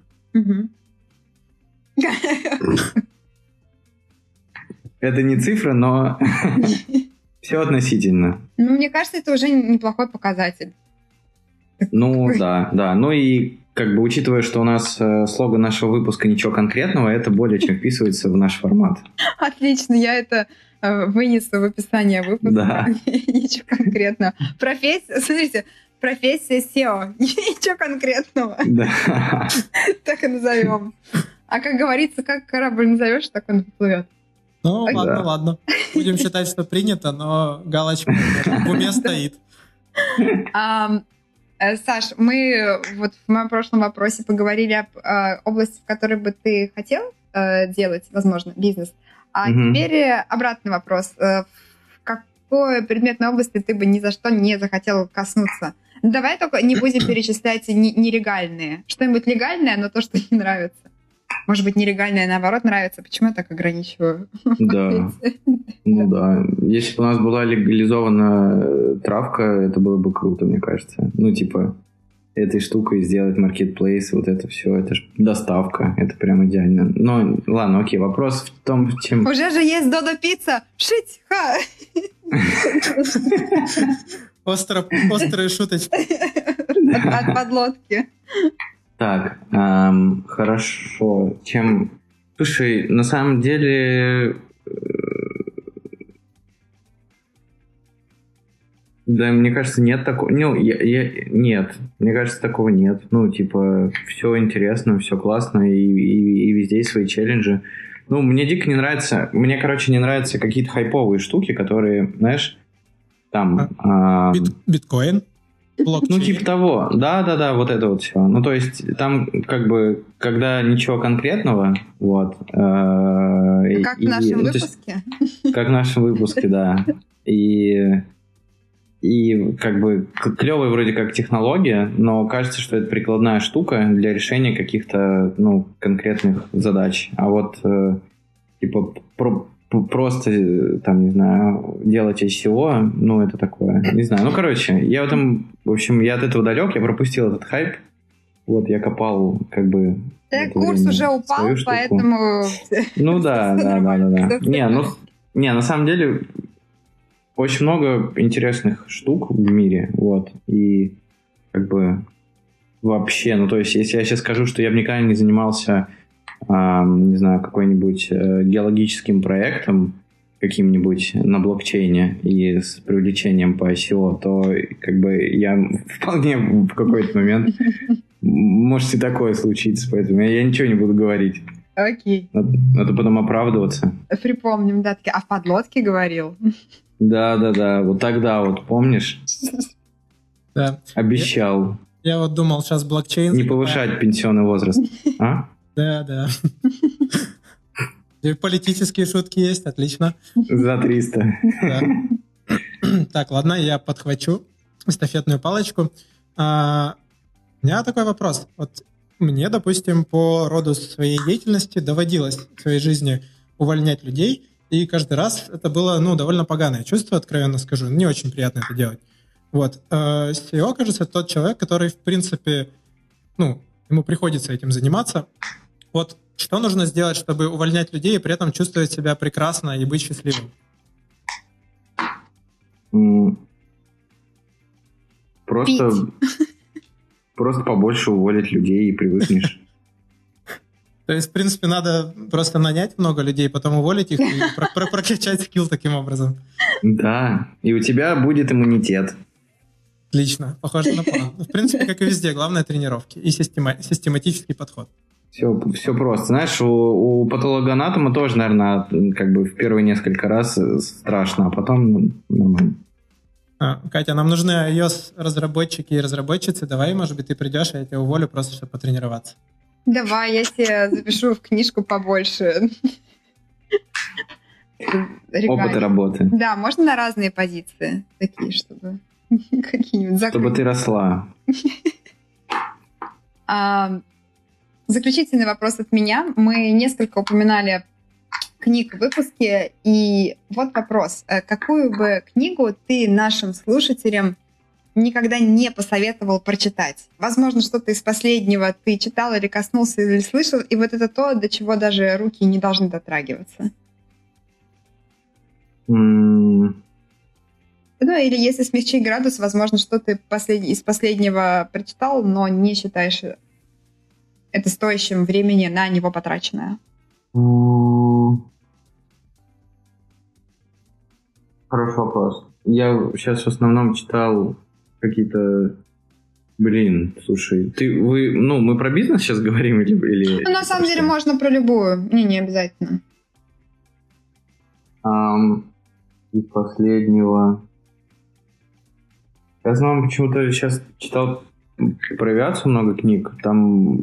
Это не цифра, но все относительно. Мне кажется, это уже неплохой показатель. Да. Ну и учитывая, что у нас слоган нашего выпуска «Ничего конкретного», это более чем вписывается в наш формат. Отлично, я это вынесу в описание выпуска. Да. Ничего конкретного. Смотрите, профессия SEO. Ничего конкретного. Да. Так и назовем. А как говорится, как корабль назовешь, так он плывет. Ну, ладно. Будем считать, что принято, но галочка в уме стоит. Саш, мы вот в моем прошлом вопросе поговорили об области, в которой бы ты хотел делать, возможно, бизнес. А теперь обратный вопрос. В какой предметной области ты бы ни за что не захотел коснуться? Давай только не будем перечислять нелегальные. Что-нибудь легальное, но то, что не нравится. Может быть, нелегальное, наоборот, нравится. Почему я так ограничиваю? Да. Да. Если бы у нас была легализована травка, это было бы круто, мне кажется. Этой штукой сделать маркетплейс, вот это все, это же доставка. Это прям идеально. Но, ладно, окей, вопрос в том, чем... Уже же есть Додо Пицца! Шить! Ха! Острые шуточки. От подлодки. Так, хорошо. Слушай, на самом деле... Да, мне кажется, нет такого... Нет, мне кажется, такого нет. Все интересно, все классно, и везде есть свои челленджи. Мне дико не нравится... Мне, не нравятся какие-то хайповые штуки, которые, знаешь, там... Биткоин? Блокчейн. Того. Да, вот это вот все. То есть, там, когда ничего конкретного, вот. Как в нашем выпуске? Как в нашем выпуске, да. И клевая вроде как технология, но кажется, что это прикладная штука для решения каких-то, конкретных задач. А вот, просто, не знаю, делать SEO, это такое, не знаю. Я я от этого далек, я пропустил этот хайп. Вот, я копал, курс уже упал, поэтому... Да. Не, на самом деле, очень много интересных штук в мире, вот, и вообще, если я сейчас скажу, что я бы никогда не занимался... не знаю, какой-нибудь геологическим проектом каким-нибудь на блокчейне и с привлечением по SEO, то я вполне в какой-то момент может и такое случиться, поэтому я ничего не буду говорить. Окей. Надо потом оправдываться. Припомним, да, а в подлодке говорил. Да, вот тогда вот, помнишь? Да. Обещал. Я вот думал, сейчас блокчейн... Не повышать пенсионный возраст. А? Да. И политические шутки есть, отлично. За 300. Да. Так, ладно, я подхвачу эстафетную палочку. У меня такой вопрос. Вот мне, допустим, по роду своей деятельности доводилось в своей жизни увольнять людей, и каждый раз это было, довольно поганое чувство, откровенно скажу. Не очень приятно это делать. Вот. CEO, кажется, тот человек, который, в принципе, ему приходится этим заниматься. Вот что нужно сделать, чтобы увольнять людей и при этом чувствовать себя прекрасно и быть счастливым? Просто побольше уволить людей и привыкнешь. То есть, в принципе, надо просто нанять много людей, потом уволить их и прокачать скилл таким образом. Да, и у тебя будет иммунитет. Отлично, похоже на план. В принципе, как и везде, главное тренировки и систематический подход. Все просто. Знаешь, у патологоанатома тоже, наверное, в первые несколько раз страшно, а потом нормально. Катя, нам нужны iOS-разработчики и разработчицы. Давай, может быть, ты придешь, а я тебя уволю просто, чтобы потренироваться. Давай, я тебе запишу в книжку побольше. Опыт работы. Да, можно на разные позиции. Такие, чтобы какие-нибудь закрыть. Чтобы ты росла. Заключительный вопрос от меня. Мы несколько упоминали книг в выпуске, и вот вопрос. Какую бы книгу ты нашим слушателям никогда не посоветовал прочитать? Возможно, что-то из последнего ты читал или коснулся, или слышал, и вот это то, до чего даже руки не должны дотрагиваться. Или если смягчить градус, возможно, что ты из последнего прочитал, но не считаешь это стоящим времени на него потраченное. Хороший вопрос. Я сейчас в основном читал какие-то... Слушай, мы про бизнес сейчас говорим или... На самом деле можно про любую, не обязательно. Из последнего... Я знаю, почему-то сейчас читал про авиацию много книг. Там,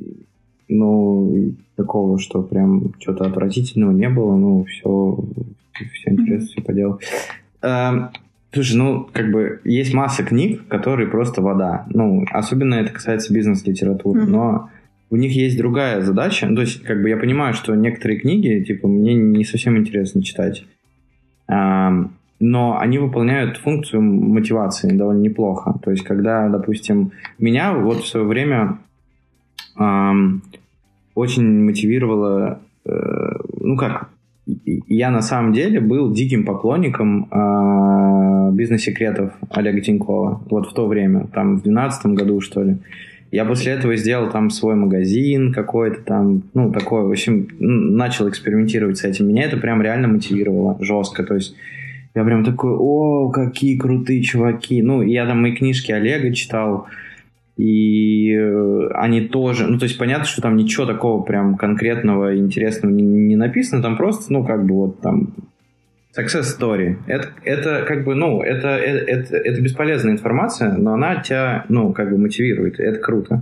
такого, что прям что-то отвратительного не было. Все интересно, все по делу. Слушай, есть масса книг, которые просто вода. Особенно это касается бизнес-литературы. Но у них есть другая задача. То есть, я понимаю, что некоторые книги, мне не совсем интересно читать. Но они выполняют функцию мотивации довольно неплохо. То есть, когда, допустим, меня в свое время очень мотивировало... Я на самом деле был диким поклонником бизнес-секретов Олега Тинькова. В то время, в 2012 году, что ли. Я после этого сделал там свой магазин какой-то там, такой, в общем, начал экспериментировать с этим. Меня это прям реально мотивировало жестко. То есть я прям такой, какие крутые чуваки. Я там мои книжки Олега читал, и они тоже... то есть понятно, что там ничего такого прям конкретного, интересного не написано, там просто, там success story. Это это бесполезная информация, но она тебя, мотивирует, и это круто.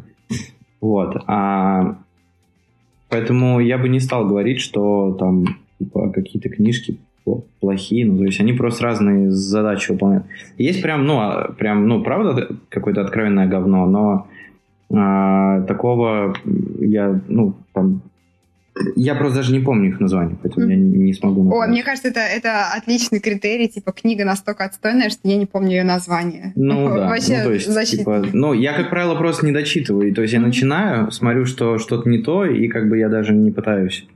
Поэтому я бы не стал говорить, что там, какие-то книжки плохие, то есть они просто разные задачи выполняют. Есть правда, какое-то откровенное говно, но такого я просто даже не помню их название, поэтому я не смогу назвать. Мне кажется, это отличный критерий, книга настолько отстойная, что я не помню ее название. Да. Вообще, то есть, я, как правило, просто не дочитываю, то есть я начинаю, смотрю, что что-то не то, и я даже не пытаюсь.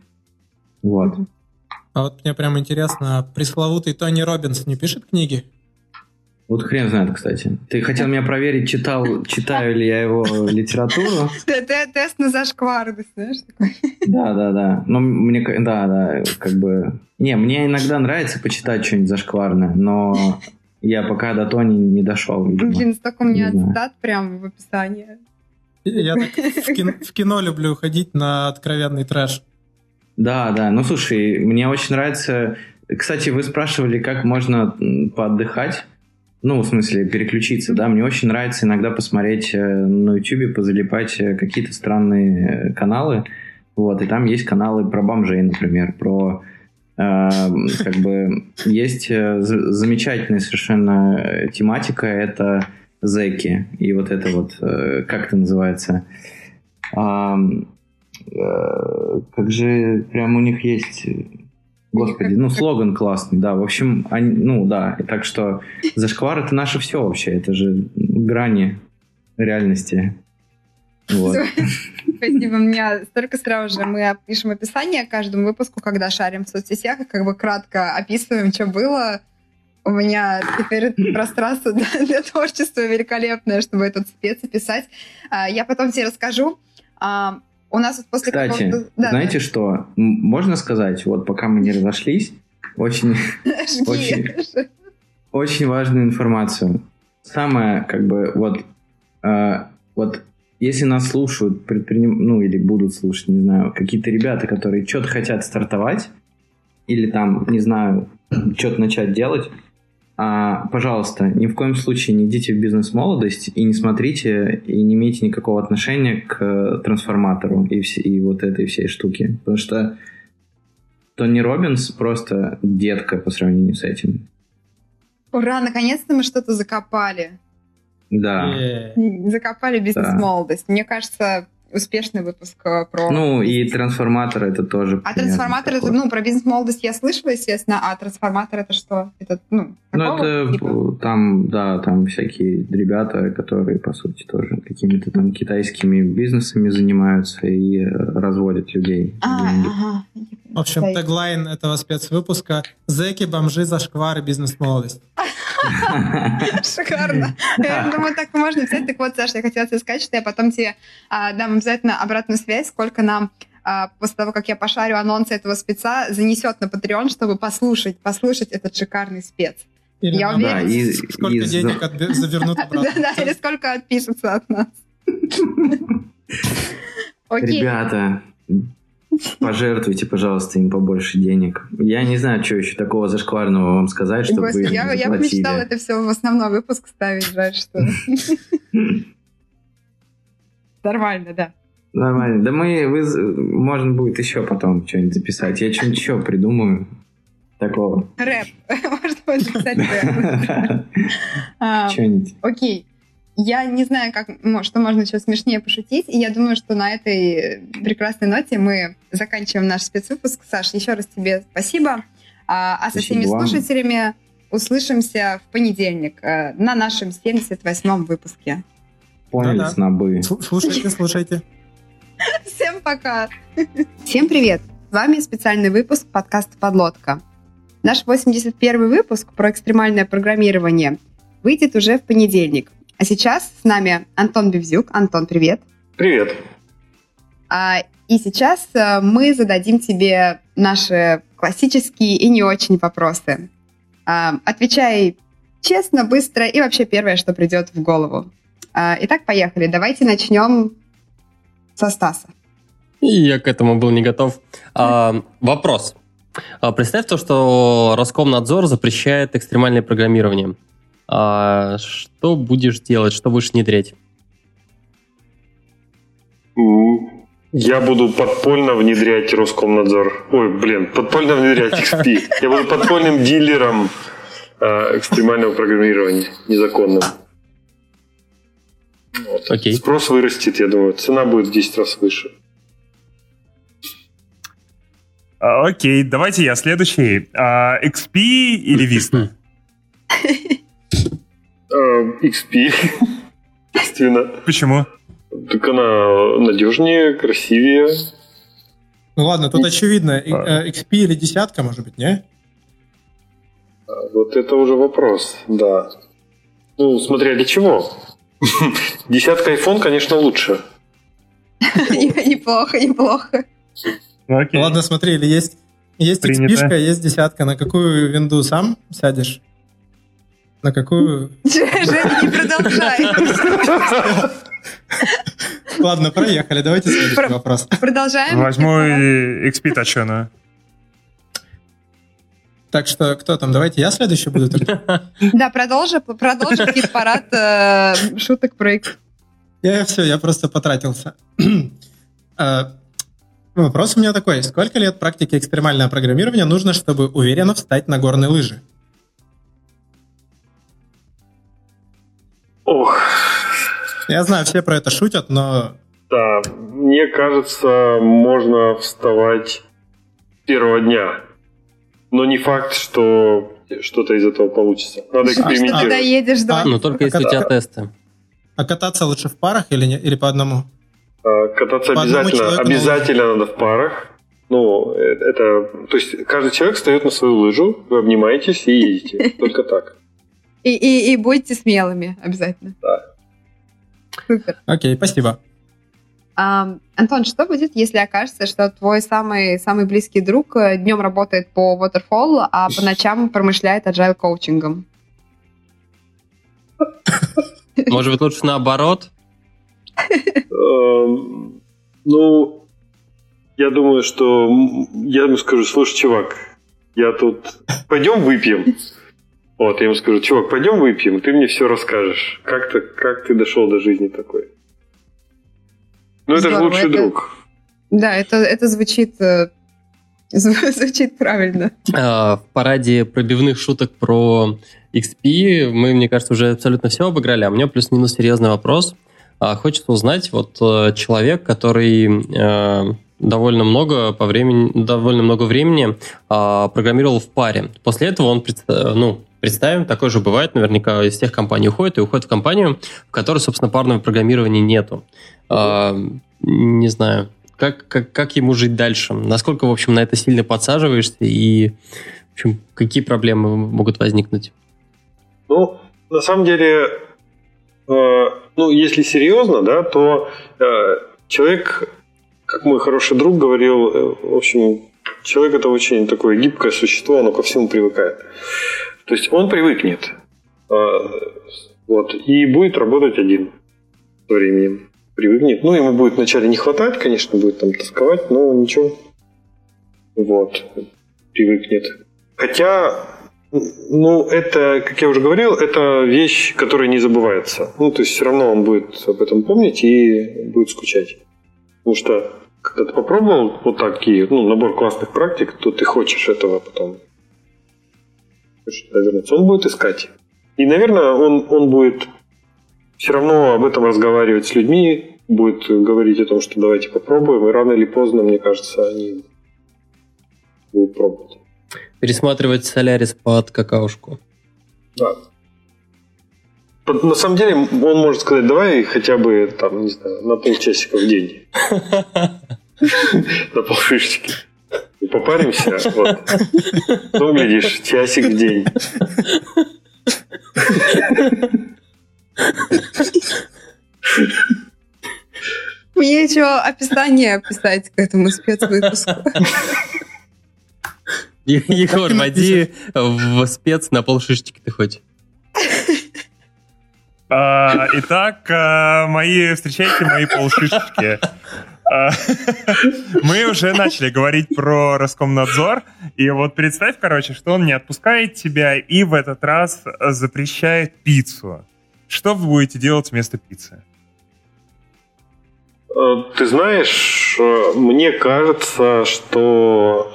А мне прям интересно, пресловутый Тони Роббинс не пишет книги? Хрен знает, кстати. Ты хотел меня проверить, читаю ли я его литературу? Тест на зашквар, ты знаешь такой? Да. Но мне, мне иногда нравится почитать что-нибудь зашкварное, но я пока до Тони не дошел. Столько у меня цитат прям в описании. Я так в кино люблю ходить на откровенный трэш. Да. Слушай, мне очень нравится Кстати, вы спрашивали, как можно поотдыхать. Ну, в смысле, переключиться, да. Мне очень нравится иногда посмотреть на YouTube, позалипать какие-то странные каналы. Вот, и там есть каналы про бомжей, например, про... как бы есть замечательная совершенно тематика, это зэки. И вот это вот, как это называется... как же прям у них есть... Господи, ну слоган классный, да. В общем, они, ну да. И так что зашквар — это наше все вообще. Это же грани реальности. Вот. Спасибо. У меня столько сразу же мы пишем описание к каждому выпуску, когда шарим в соцсетях, и как бы кратко описываем, что было. У меня теперь пространство для творчества великолепное, чтобы этот спец описать. Я потом тебе расскажу. У нас вот после Кстати, знаете что? Можно сказать, вот пока мы не разошлись, очень важную информацию. Самое, как бы, вот если нас слушают, ну, или будут слушать, не знаю, какие-то ребята, которые что-то хотят стартовать, или там, не знаю, что-то начать делать, пожалуйста, ни в коем случае не идите в бизнес-молодость и не смотрите, и не имейте никакого отношения к трансформатору и вот этой всей штуке. Потому что Тони Роббинс просто детка по сравнению с этим. Ура, наконец-то мы что-то закопали. Да. Закопали бизнес-молодость. Мне кажется, успешный выпуск про... Ну, и трансформатор это тоже... А трансформатор, это, ну, про бизнес-молодость я слышала, естественно, а трансформатор это что? Это, ну, это типа? Там, да, там всякие ребята, которые, по сути, тоже какими-то там китайскими бизнесами занимаются и разводят людей. Ага. В общем, теглайн этого спецвыпуска «Зэки, бомжи, зашквары, бизнес-молодость». Шикарно. Я думаю, так можно взять. Так вот, Саша, я хотела тебе сказать, что я потом тебе дам обязательно обратную связь, сколько нам после того, как я пошарю анонсы этого спеца, занесет на Patreon, чтобы послушать этот шикарный спец. Я уверена, сколько денег завернут обратно. Да, или сколько отпишется от нас. Ребята, пожертвуйте, пожалуйста, им побольше денег. Я не знаю, что еще такого зашкварного вам сказать, чтобы вы им заплатили. Я бы мечтала это все в основной выпуск ставить, жаль, что... Нормально, да. Нормально. Да можно будет еще потом что-нибудь записать. Я что-нибудь еще придумаю такого. Рэп. Можно будет записать рэп. Что-нибудь. Окей. Я не знаю, что можно еще смешнее пошутить, и я думаю, что на этой прекрасной ноте мы заканчиваем наш спецвыпуск. Саш, еще раз тебе спасибо. А со всеми слушателями услышимся в понедельник на нашем 78-м выпуске. Поняли, снобы. Слушайте. Всем пока. Всем привет. С вами специальный выпуск подкаста «Подлодка». Наш 81-й выпуск про экстремальное программирование выйдет уже в понедельник. А сейчас с нами Антон Бевзюк. Антон, привет. Привет. И сейчас мы зададим тебе наши классические и не очень вопросы. Отвечай честно, быстро и вообще первое, что придет в голову. Итак, поехали. Давайте начнем со Стаса. Я к этому был не готов. Вопрос. Представь то, что Роскомнадзор запрещает экстремальное программирование. Что будешь делать? Что будешь внедрять? Я буду подпольно внедрять Роскомнадзор. Подпольно внедрять XP. Я буду подпольным дилером экстремального программирования, незаконным. Вот. Окей. Спрос вырастет, я думаю. Цена будет в 10 раз выше. Окей, давайте я следующий. XP или Vista? XP, естественно. Почему? Так она надежнее, красивее. Ну ладно, тут очевидно. XP или десятка, может быть, не? Вот это уже вопрос, да. Ну, смотря для чего. Десятка iPhone, конечно, лучше. Неплохо. Окей. Ладно, смотри, или есть XP-шка, есть десятка. На какую винду сам сядешь? На какую? Женя, не продолжай. Ладно, проехали. Давайте следующий вопрос. Продолжаем. Возьму XP точеную. Так что кто там? Давайте я следующий буду тогда. Да, продолжи хит-парад шуток про X. Я просто потратился. Вопрос у меня такой. Сколько лет практики экстремального программирования нужно, чтобы уверенно встать на горные лыжи? Ох. Я знаю, все про это шутят, но... Да, мне кажется, можно вставать с первого дня. Но не факт, что что-то из этого получится. Надо экспериментировать. Когда едешь, да. Но только если у тебя тесты. А кататься лучше в парах или по одному? Кататься обязательно надо в парах. Ну, то есть каждый человек встает на свою лыжу, вы обнимаетесь и едете. Только так. И будьте смелыми обязательно. Да. Супер. Окей, спасибо. Антон, что будет, если окажется, что твой самый близкий друг днем работает по Waterfall, а по ночам промышляет agile коучингом? Может быть, лучше наоборот? Ну, я думаю, что я ему скажу: слушай, чувак, я тут... Пойдем выпьем. Вот, я ему скажу: чувак, пойдем выпьем, ты мне все расскажешь. Как ты дошел до жизни такой? Ну, это же лучший друг. Да, это звучит правильно. В параде пробивных шуток про XP мы, мне кажется, уже абсолютно все обыграли. А у меня плюс-минус серьезный вопрос. Хочется узнать, вот человек, который довольно много времени программировал в паре. После этого он, представим, такое же бывает, наверняка из всех компаний уходит в компанию, в которой, собственно, парного программирования нету. Не знаю, как ему жить дальше? Насколько, в общем, на это сильно подсаживаешься и, в общем, какие проблемы могут возникнуть? Ну, на самом деле, если серьезно, да, то человек, как мой хороший друг говорил, в общем, человек — это очень такое гибкое существо, оно ко всему привыкает. То есть он привыкнет, и будет работать один со временем. Привыкнет. Ну, ему будет вначале не хватать, конечно, будет там тосковать, но ничего. Привыкнет. Хотя, это, как я уже говорил, это вещь, которая не забывается. Ну, то есть все равно он будет об этом помнить и будет скучать. Потому что, когда ты попробовал вот такие, набор классных практик, то ты хочешь этого потом. Вернуться. Он будет искать. И, наверное, он будет все равно об этом разговаривать с людьми, будет говорить о том, что давайте попробуем, и рано или поздно, мне кажется, они будут пробовать. Пересматривать Солярис под какаушку. Да. На самом деле, он может сказать: давай хотя бы, там, не знаю, на полчасика в день. На полшишечки. И попаримся, Ну, глядишь, часик в день. Мне еще описание писать к этому спецвыпуску. Егор, води в спец на полшишечки ты хоть. Итак, встречайте мои полшишечки. Мы уже начали говорить про Роскомнадзор, и вот представь, что он не отпускает тебя и в этот раз запрещает пиццу. Что вы будете делать вместо пиццы? Ты знаешь, мне кажется, что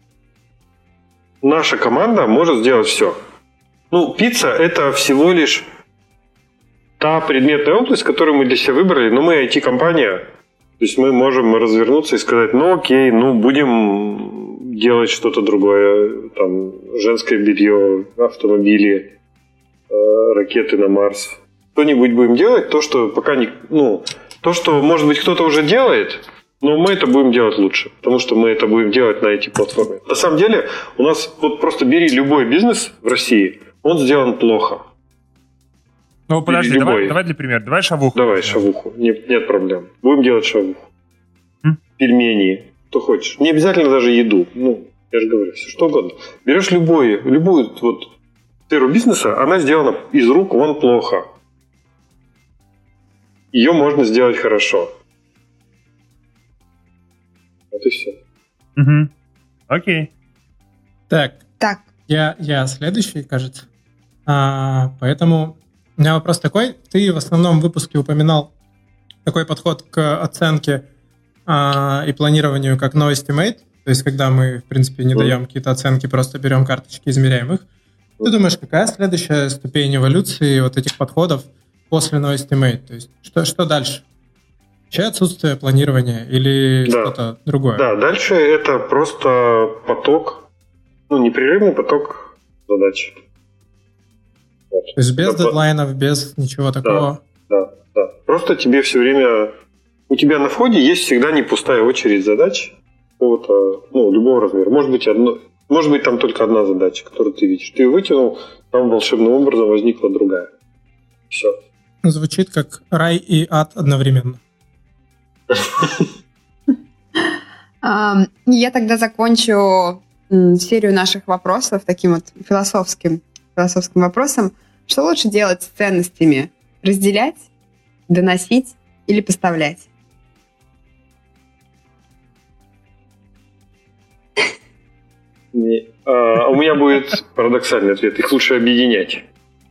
наша команда может сделать все. Пицца — это всего лишь та предметная область, которую мы для себя выбрали, но мы IT-компания. То есть мы можем развернуться и сказать: окей, будем делать что-то другое. Там, женское белье, автомобили, ракеты на Марс. Что-нибудь будем делать, то, что пока не... то, что, может быть, кто-то уже делает, но мы это будем делать лучше, потому что мы это будем делать на IT-платформе. На самом деле, у нас просто бери любой бизнес в России, он сделан плохо. Подожди, давай для примера. Давай шавуху. Давай шавуху. Нет проблем. Будем делать шавуху. Пельмени. Что хочешь. Не обязательно даже еду. Я же говорю, все что угодно. Берешь любую сферу бизнеса, она сделана из рук вон плохо. Ее можно сделать хорошо. Вот и все. Окей. Так. Я следующий, кажется. Поэтому у меня вопрос такой. Ты в основном в выпуске упоминал такой подход к оценке и планированию, как no estimate. То есть, когда мы, в принципе, не даем какие-то оценки, просто берем карточки, измеряем их. Ты думаешь, какая следующая ступень эволюции вот этих подходов после no estimate? То есть, что дальше? Вообще отсутствие планирования или что-то другое? Да, дальше это просто поток, непрерывный поток задач. Вот. То есть без дедлайнов, без ничего такого? Да. Просто тебе все время... У тебя на входе есть всегда не пустая очередь задач какого-то, любого размера. Может быть, там только одна задача, которую ты видишь. Ты ее вытянул, там волшебным образом возникла другая. Все. Звучит как рай и ад одновременно. Я тогда закончу серию наших вопросов таким вот философским вопросом. Что лучше делать с ценностями? Разделять, доносить или поставлять? У меня будет парадоксальный ответ. Их лучше объединять.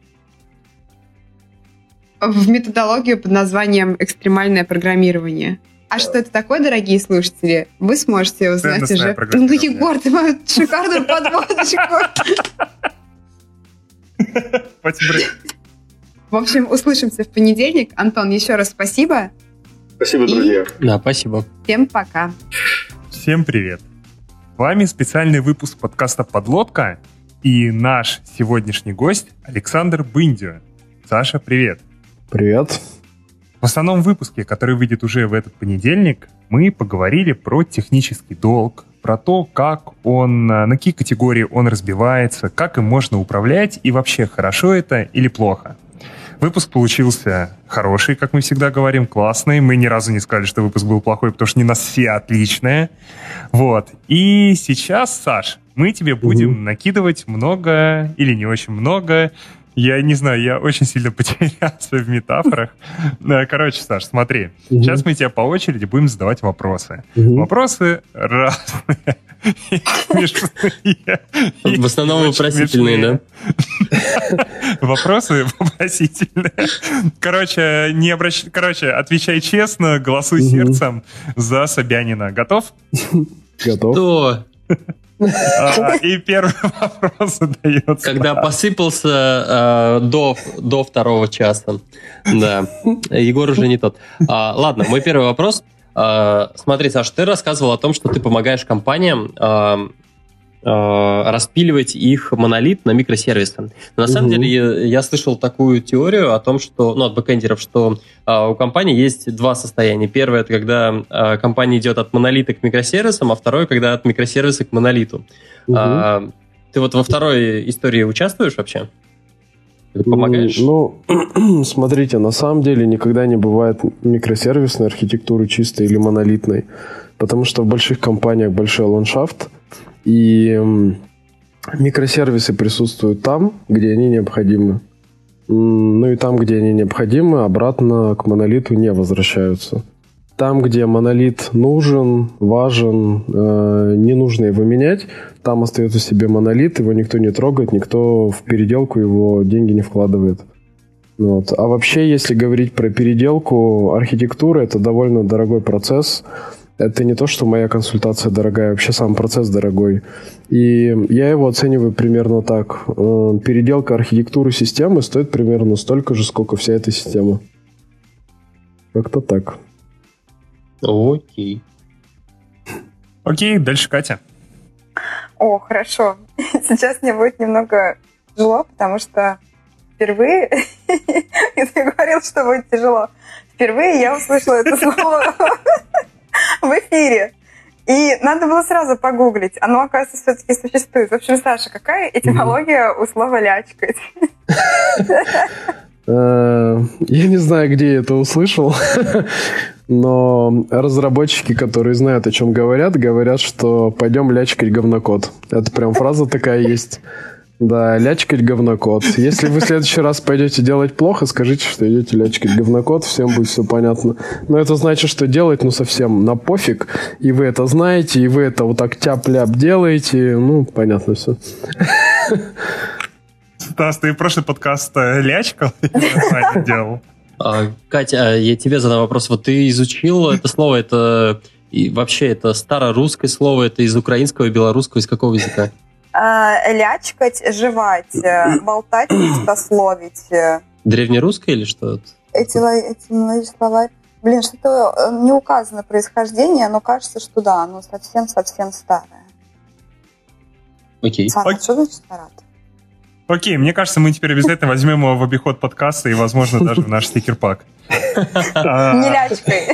В методологию под названием «экстремальное программирование». А что это такое, дорогие слушатели, вы сможете узнать уже. Егор, ты мою шикарную подводочку. В общем, услышимся в понедельник. Антон, еще раз спасибо. Спасибо, друзья. Да, спасибо. Всем пока. Всем привет. С вами специальный выпуск подкаста «Подлодка» и наш сегодняшний гость Александр Бындио. Саша, привет. Привет. В основном выпуске, который выйдет уже в этот понедельник, мы поговорили про технический долг, про то, как он, на какие категории он разбивается, как им можно управлять и вообще хорошо это или плохо. Выпуск получился хороший, как мы всегда говорим, классный. Мы ни разу не сказали, что выпуск был плохой, потому что не у нас все отличные. Вот. И сейчас, Саш, мы тебе будем накидывать много или не очень много. Я не знаю, я очень сильно потерялся в метафорах. Короче, Саш, смотри. Сейчас мы тебе по очереди будем задавать вопросы. Вопросы разные. В основном вопросительные, да? Вопросы вопросительные. Короче, отвечай честно, голосуй сердцем за Собянина. Готов? Готов. Что? И первый вопрос задается. Когда посыпался до второго часа. Да, Егор уже не тот. Ладно, мой первый вопрос. Смотри, Саш, ты рассказывал о том, что ты помогаешь компаниям распиливать их монолит на микросервисы. Но на самом деле я слышал такую теорию о том, что, от бэкэндеров, что у компании есть два состояния. Первое — это когда компания идет от монолита к микросервисам, а второе — когда от микросервиса к монолиту. Ты вот во второй истории участвуешь вообще? Ты помогаешь? Смотрите, на самом деле никогда не бывает микросервисной архитектуры чистой или монолитной, потому что в больших компаниях большой ландшафт, и микросервисы присутствуют там, где они необходимы. И там, где они необходимы, обратно к монолиту не возвращаются. Там, где монолит нужен, важен, не нужно его менять, там остается себе монолит, его никто не трогает, никто в переделку его деньги не вкладывает. Вот. А вообще, если говорить про переделку архитектуры, это довольно дорогой процесс. Это не то, что моя консультация дорогая, вообще сам процесс дорогой. И я его оцениваю примерно так. Переделка архитектуры системы стоит примерно столько же, сколько вся эта система. Как-то так. Окей. Окей, дальше Катя. О, хорошо. Сейчас мне будет немного тяжело, потому что впервые... Ты говорил, что будет тяжело. Впервые я услышала это слово в эфире. И надо было сразу погуглить. Оно, оказывается, все-таки существует. В общем, Саша, какая этимология у слова «лячкать»? Я не знаю, где я это услышал, но разработчики, которые знают, о чем говорят, что пойдем лячкать говнокод. Это прям фраза такая есть. Да, лячкать говнокод. Если вы в следующий раз пойдете делать плохо, скажите, что идете лячкать говнокод, всем будет все понятно. Но это значит, что делать, совсем на пофиг, и вы это знаете, и вы это вот так тяп-ляп делаете, понятно все. Стас, ты прошлый подкаст лячкал или делал? Катя, я тебе задам вопрос. Вот ты изучил это слово, это и вообще это старорусское слово, это из украинского и белорусского, из какого языка? Лячкать, жевать, болтать, пустословить. Древнерусское или что? Эти словарь. Блин, что-то не указано происхождение, но кажется, что да, оно совсем-совсем старое. Окей. Саша, что значит старат? Окей, мне кажется, мы теперь обязательно возьмем его в обиход подкаста и, возможно, даже в наш стикер-пак. Не лячкой.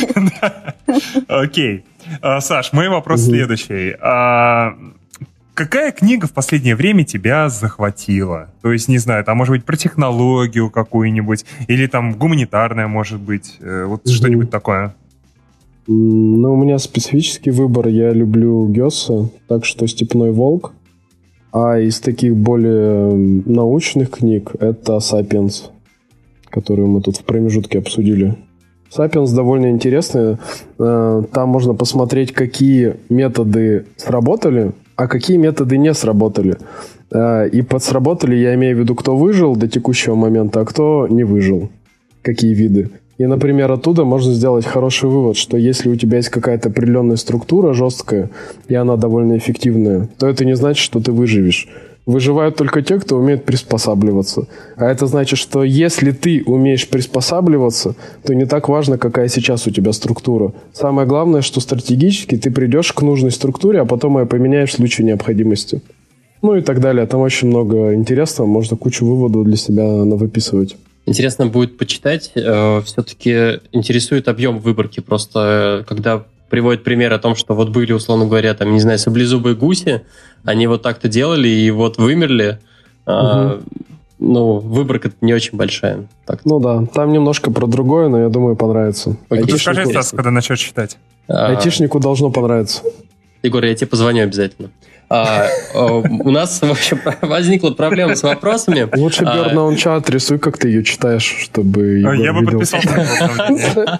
Окей. Саш, мой вопрос следующий. Какая книга в последнее время тебя захватила? То есть, не знаю, там, может быть, про технологию какую-нибудь, или там гуманитарная, может быть, вот что-нибудь такое? Ну, у меня специфический выбор. Я люблю Гёса, так что «Степной волк». А из таких более научных книг это «Сапиенс», которую мы тут в промежутке обсудили. «Сапиенс» довольно интересная. Там можно посмотреть, какие методы сработали, а какие методы не сработали. И под сработали я имею в виду, кто выжил до текущего момента, а кто не выжил. Какие виды. И, например, оттуда можно сделать хороший вывод, что если у тебя есть какая-то определенная структура жесткая, и она довольно эффективная, то это не значит, что ты выживешь. Выживают только те, кто умеет приспосабливаться. А это значит, что если ты умеешь приспосабливаться, то не так важно, какая сейчас у тебя структура. Самое главное, что стратегически ты придешь к нужной структуре, а потом ее поменяешь в случае необходимости. Ну и так далее. Там очень много интересного, можно кучу выводов для себя навыписывать. Интересно будет почитать. Все-таки интересует объем выборки. Просто когда приводят пример о том, что вот были, условно говоря, там, не знаю, саблезубые гуси, они вот так-то делали и вот вымерли. Ну, выборка не очень большая. Так-то. Ну да, там немножко про другое, но я думаю, понравится. Расскажи, Стас, когда начнешь читать. Айтишнику должно понравиться. Егор, я тебе позвоню обязательно. У нас, в общем, возникла проблема с вопросами. Лучше Burn on Chat рисуй, как ты ее читаешь, чтобы Егор я бы видел. подписался.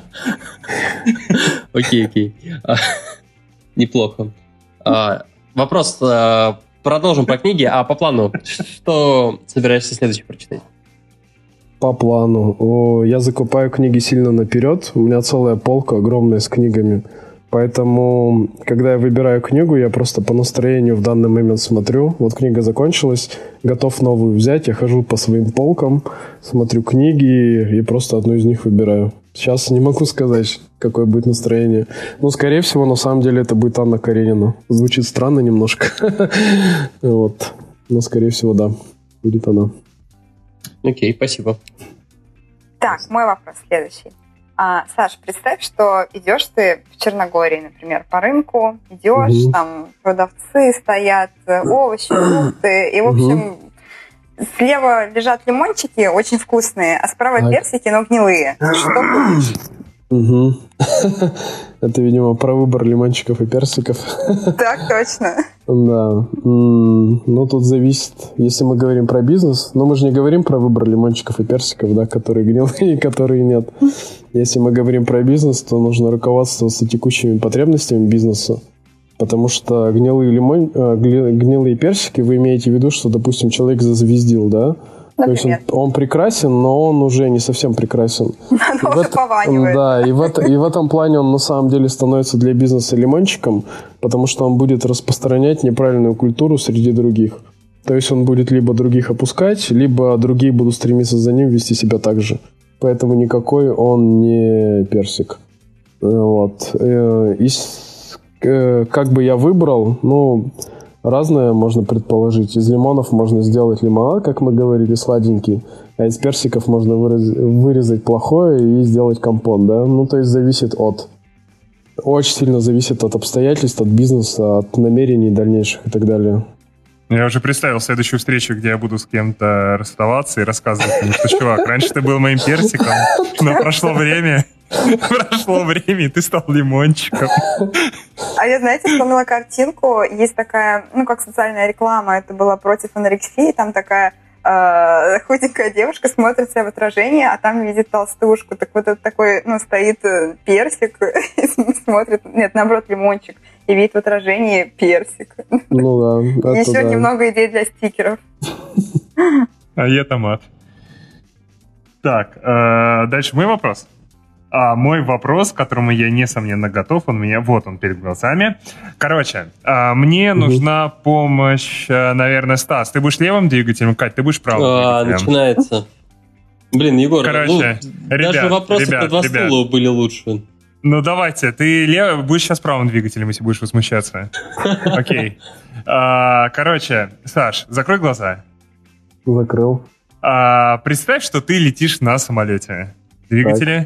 Окей. Неплохо. Вопрос. Продолжим по книге. А по плану, что собираешься следующее прочитать? По плану. Я закупаю книги сильно наперед. У меня целая полка огромная с книгами. Поэтому, когда я выбираю книгу, я просто по настроению в данный момент смотрю. Вот книга закончилась, готов новую взять. Я хожу по своим полкам, смотрю книги и просто одну из них выбираю. Сейчас не могу сказать, какое будет настроение. Ну, скорее всего, на самом деле это будет Анна Каренина. Звучит странно немножко. Вот. Но, скорее всего, да. Будет она. Окей, спасибо. Так, мой вопрос следующий. Саш, представь, что идешь ты в Черногории, например, по рынку, идешь, там продавцы стоят, овощи, фрукты, и, в общем, слева лежат лимончики очень вкусные, а справа персики, но гнилые. Что будешь? Это, видимо, про выбор лимончиков и персиков. Так точно. Да. Ну, тут зависит, если мы говорим про бизнес, но мы же не говорим про выбор лимончиков и персиков, да, которые гнилые и которые нет. Если мы говорим про бизнес, то нужно руководствоваться текущими потребностями бизнеса, потому что гнилые персики, вы имеете в виду, что, допустим, человек зазвездил, да? Например. То есть он прекрасен, но он уже не совсем прекрасен. Он уже пованивает. Да, и в этом плане он на самом деле становится для бизнеса лимончиком, потому что он будет распространять неправильную культуру среди других. То есть он будет либо других опускать, либо другие будут стремиться за ним вести себя так же. Поэтому никакой он не персик. Вот. Как бы я выбрал, ну... Разное можно предположить. Из лимонов можно сделать лимонад, как мы говорили, сладенький, а из персиков можно вырезать плохое и сделать компот, да? Ну, то есть зависит от... Очень сильно зависит от обстоятельств, от бизнеса, от намерений дальнейших и так далее. Я уже представил следующую встречу, где я буду с кем-то расставаться и рассказывать ему, что, чувак, раньше ты был моим персиком, но прошло время, и ты стал лимончиком. А я, знаете, вспомнила картинку. Есть такая, ну, как социальная реклама. Это была против анорексии. Там такая худенькая девушка смотрит себя в отражение, а там видит толстушку. Так вот это такой, ну, стоит персик и смотрит, нет, наоборот, лимончик. и вид в отражении персик. Ну да. Еще немного идей для стикеров. А я томат. Так, дальше мой вопрос. Мой вопрос, к которому я, несомненно, готов, он перед глазами. Короче, мне нужна помощь, наверное, Стас. Ты будешь левым двигателем, Кать, ты будешь правым двигателем? Начинается. Блин, Егор, короче, даже вопросы по два стула были лучше. Ну, давайте, ты будешь сейчас правым двигателем, если будешь возмущаться. Окей. Короче, Саш, закрой глаза. Закрыл. Представь, что ты летишь на самолете. Двигатели...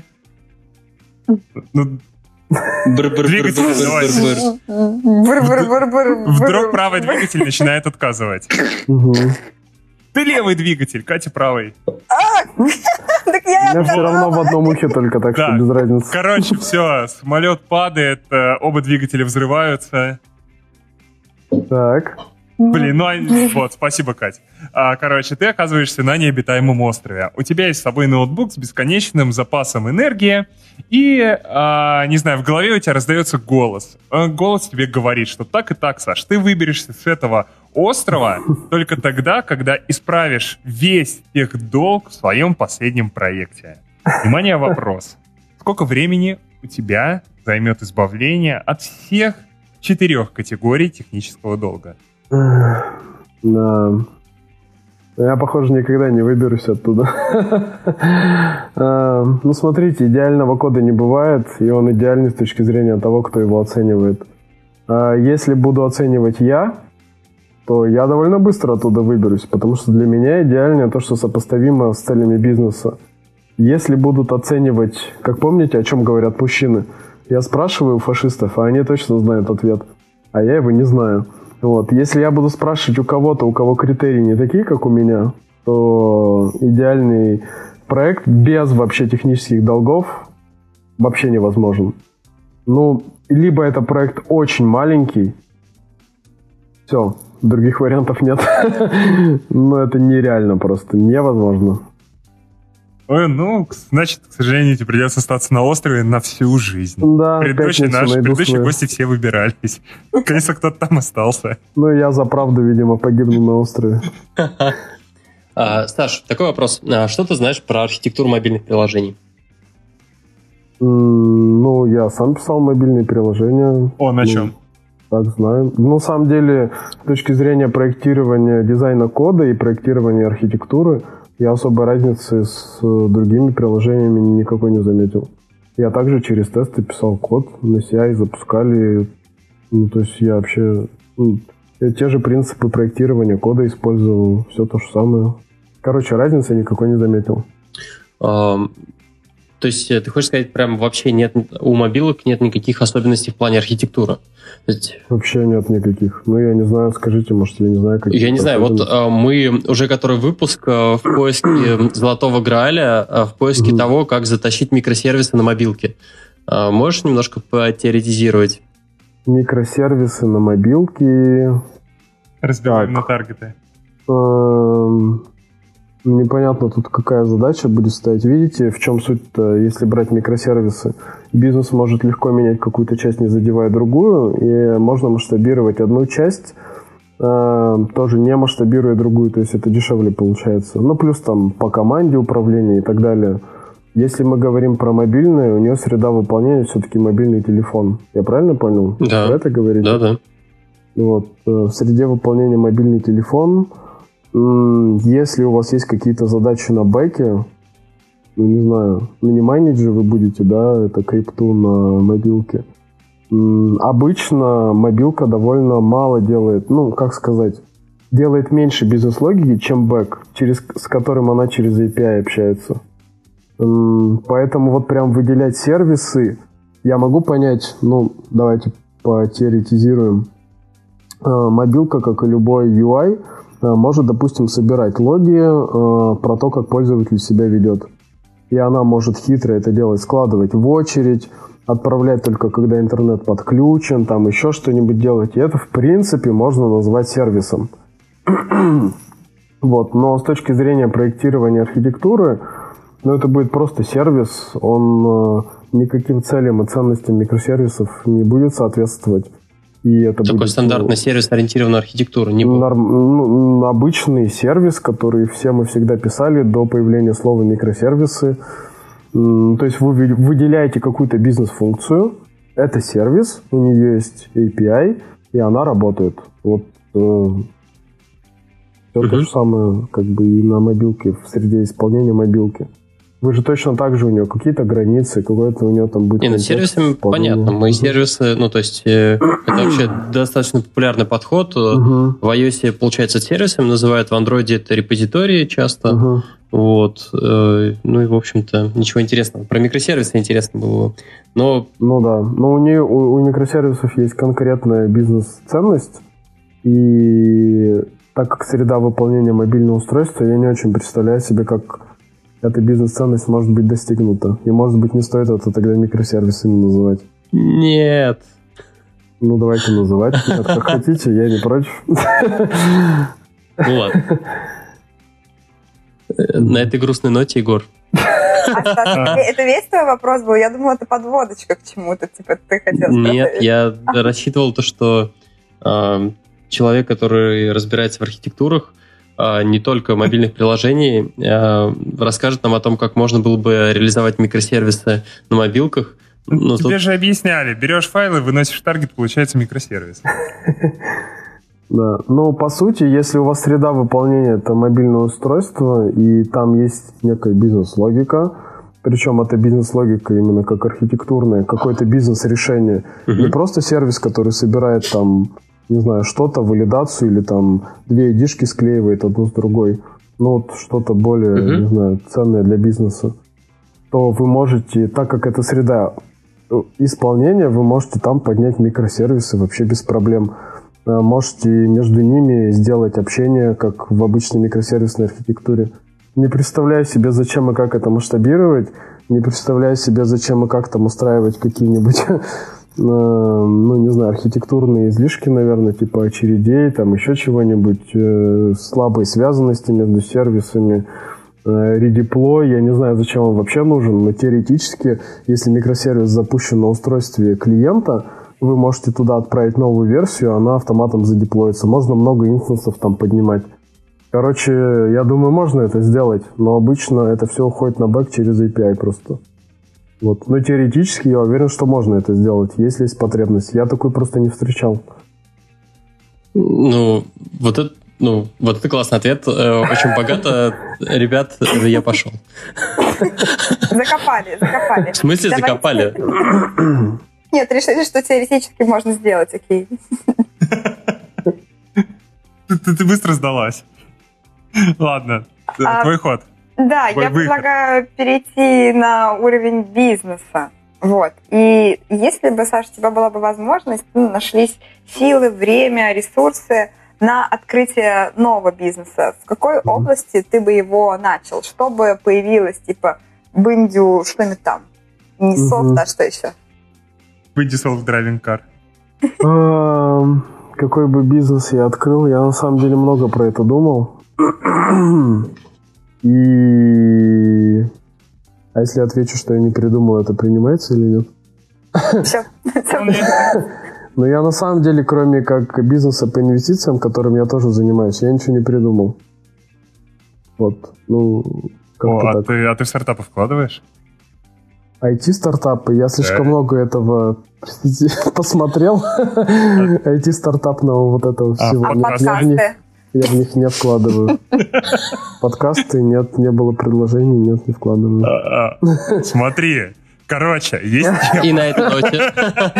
Двигатель, давай. Вдруг правый двигатель начинает отказывать. Ты левый двигатель, Катя правый. Так я все равно в одном ухе только, так что без разницы. Короче, все, самолет падает, оба двигателя взрываются. Так. Блин, вот, спасибо, Кать. Короче, ты оказываешься на необитаемом острове. У тебя есть с собой ноутбук с бесконечным запасом энергии, и, не знаю, в голове у тебя раздается голос. Голос тебе говорит, что так и так, Саш, ты выберешься с этого острова только тогда, когда исправишь весь техдолг в своем последнем проекте. Внимание, вопрос. Сколько времени у тебя займет избавление от всех 4 категорий технического долга? Да. Я, похоже, никогда не выберусь оттуда. Ну, смотрите, идеального кода не бывает, и он идеальный с точки зрения того, кто его оценивает. Если буду оценивать я, то я довольно быстро оттуда выберусь, потому что для меня идеальное то, что сопоставимо с целями бизнеса. Если будут оценивать, как помните, о чем говорят мужчины, я спрашиваю у фашистов, а они точно знают ответ, а я его не знаю. Вот. Если я буду спрашивать у кого-то, у кого критерии не такие, как у меня, то идеальный проект без вообще технических долгов вообще невозможен. Ну, либо это проект очень маленький, все, других вариантов нет. Но это нереально просто, невозможно. Ну, значит, к сожалению, тебе придется остаться на острове на всю жизнь. Да, предыдущие гости все выбирались. Конечно, кто-то там остался. Ну, я за правду, видимо, погибну на острове. Саш, такой вопрос. Что ты знаешь про архитектуру мобильных приложений? Ну, я сам писал мобильные приложения. На чем? Так, знаю. Ну, на самом деле, с точки зрения проектирования дизайна кода и проектирования архитектуры, я особой разницы с другими приложениями никакой не заметил. Я также через тесты писал код, на CI запускали. Ну, то есть я вообще... те же принципы проектирования кода использовал, все то же самое. Короче, разницы никакой не заметил. То есть ты хочешь сказать, прям вообще нет у мобилок нет никаких особенностей в плане архитектуры? Вообще нет никаких. Ну, я не знаю, скажите, может, я не знаю, какие. Я не знаю, вот мы уже который выпуск в поиске Золотого Грааля, в поиске того, как затащить микросервисы на мобилке. Можешь немножко потеоретизировать? Микросервисы на мобилке... Разбиваем на таргеты. Непонятно тут какая задача будет стоять. Видите, в чем суть-то, если брать микросервисы? Бизнес может легко менять какую-то часть, не задевая другую, и можно масштабировать одну часть, тоже не масштабируя другую, то есть это дешевле получается. Ну, плюс там по команде управления и так далее. Если мы говорим про мобильное, у нее среда выполнения все-таки мобильный телефон. Я правильно понял? Да. Про это говорите? Да. Вот. В среде выполнения мобильный телефон. Если у вас есть какие-то задачи на бэке, ну, не знаю, не майнить же вы будете, да, это крипту на мобилке. Обычно мобилка довольно мало делает, ну, как сказать, делает меньше бизнес-логики, чем бэк, с которым она через API общается. Поэтому вот прям выделять сервисы, я могу понять, ну, давайте потеоретизируем. Мобилка, как и любой UI, может, допустим, собирать логи про то, как пользователь себя ведет. И она может хитро это делать, складывать в очередь, отправлять только когда интернет подключен, там еще что-нибудь делать. И это, в принципе, можно назвать сервисом. Вот. Но с точки зрения проектирования архитектуры, ну, это будет просто сервис, он никаким целям и ценностям микросервисов не будет соответствовать. И это такой будет, стандартный сервис-ориентированная архитектура. Обычный сервис, который все мы всегда писали до появления слова микросервисы. То есть вы выделяете какую-то бизнес-функцию, это сервис, у нее есть API, и она работает. Вот все то же самое, как бы и на мобилке, в среде исполнения мобилки. Вы же точно так же у него какие-то границы, какой-то у него там будет... Не, ну сервисами понятно. Мы сервисы, ну то есть это вообще достаточно популярный подход. В iOS, получается, сервисами называют, в Android это репозитории часто. Вот. Ну и, в общем-то, ничего интересного. Про микросервисы интересно было. Но... Ну да. Но у микросервисов есть конкретная бизнес-ценность. И так как среда выполнения мобильного устройства, я не очень представляю себе, как эта бизнес-ценность может быть достигнута. И, может быть, не стоит это тогда микросервисами называть. Нет. Ну, давайте называть. Нет, как хотите, я не против. Ну ладно. На этой грустной ноте, Егор. Это весь твой вопрос был? Я думала, это подводочка к чему-то. Типа ты хотел сказать. Нет, я рассчитывал то, что человек, который разбирается в архитектурах, не только мобильных приложений, расскажет нам о том, как можно было бы реализовать микросервисы на мобилках. Тебе же объясняли. Берешь файлы, выносишь в таргет, получается микросервис. Да, но по сути, если у вас среда выполнения это мобильное устройство, и там есть некая бизнес-логика, причем это бизнес-логика именно как архитектурная, какое-то бизнес-решение, не просто сервис, который собирает там, не знаю, что-то, валидацию или там две ID-шки склеивает одну с другой, ну вот что-то более, не знаю, ценное для бизнеса, то вы можете, так как это среда исполнения, вы можете там поднять микросервисы вообще без проблем. Можете между ними сделать общение, как в обычной микросервисной архитектуре. Не представляю себе, зачем и как это масштабировать, не представляю себе, зачем и как там устраивать какие-нибудь, ну, не знаю, архитектурные излишки, наверное, типа очередей, там еще чего-нибудь, слабой связанности между сервисами, редеплой, я не знаю, зачем он вообще нужен, но теоретически, если микросервис запущен на устройстве клиента, вы можете туда отправить новую версию, она автоматом задеплоится. Можно много инстансов там поднимать. Короче, я думаю, можно это сделать, но обычно это все уходит на бэк через API просто. Вот. Но теоретически я уверен, что можно это сделать, если есть потребность. Я такой просто не встречал. Ну, вот это классный ответ. Очень богато. Ребят, я пошел. Закопали. В смысле закопали? Нет, решили, что теоретически можно сделать, окей. Ты быстро сдалась. Ладно, твой ход. Да, я предлагаю перейти на уровень бизнеса. Вот. И если бы, Саша, у тебя была бы возможность, нашлись силы, время, ресурсы на открытие нового бизнеса, в какой области ты бы его начал? Что бы появилось, типа, Бендю, что-нибудь там? Не софт, а что еще? Бенди self-driving car. Какой бы бизнес я открыл? Я на самом деле много про это думал. И... А если я отвечу, что я не придумал, это принимается или нет? Все. Но я на самом деле, кроме как бизнеса по инвестициям, которым я тоже занимаюсь, я ничего не придумал. Вот. Ну, а ты в стартапы вкладываешь? IT-стартапы. Я слишком много этого посмотрел. IT-стартапного вот этого всего. Я в них не вкладываю. Подкасты нет, не было предложений, нет, не вкладываю. Смотри, короче, есть... И на этой ноте.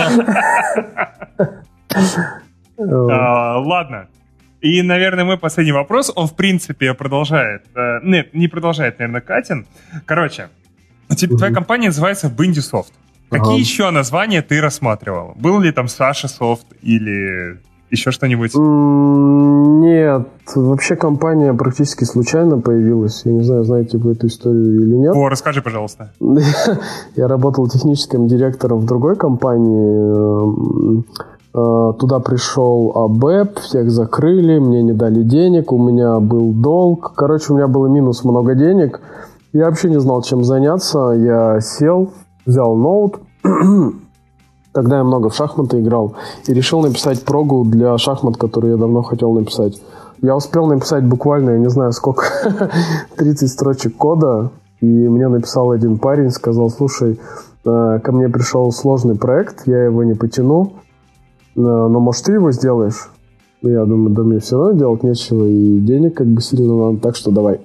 Ладно. И, наверное, мой последний вопрос, он, в принципе, продолжает. Нет, не продолжает, наверное, Катин. Короче, твоя компания называется Bindi Soft. Какие еще названия ты рассматривал? Был ли там Саша Soft или еще что-нибудь? Нет, вообще компания практически случайно появилась. Я не знаю, знаете вы эту историю или нет. Расскажи, пожалуйста. Я работал техническим директором в другой компании. Туда пришел АБЭП, всех закрыли, мне не дали денег, у меня был долг. Короче, у меня было минус много денег. Я вообще не знал, чем заняться. Я сел, взял ноут, когда я много в шахматы играл, и решил написать прогу для шахмат, которые я давно хотел написать. Я успел написать буквально, я не знаю сколько, 30 строчек кода, и мне написал один парень, сказал: слушай, ко мне пришел сложный проект, я его не потяну, но может ты его сделаешь? Я думаю, да мне все равно делать нечего, и денег как бы сильно надо, так что давай.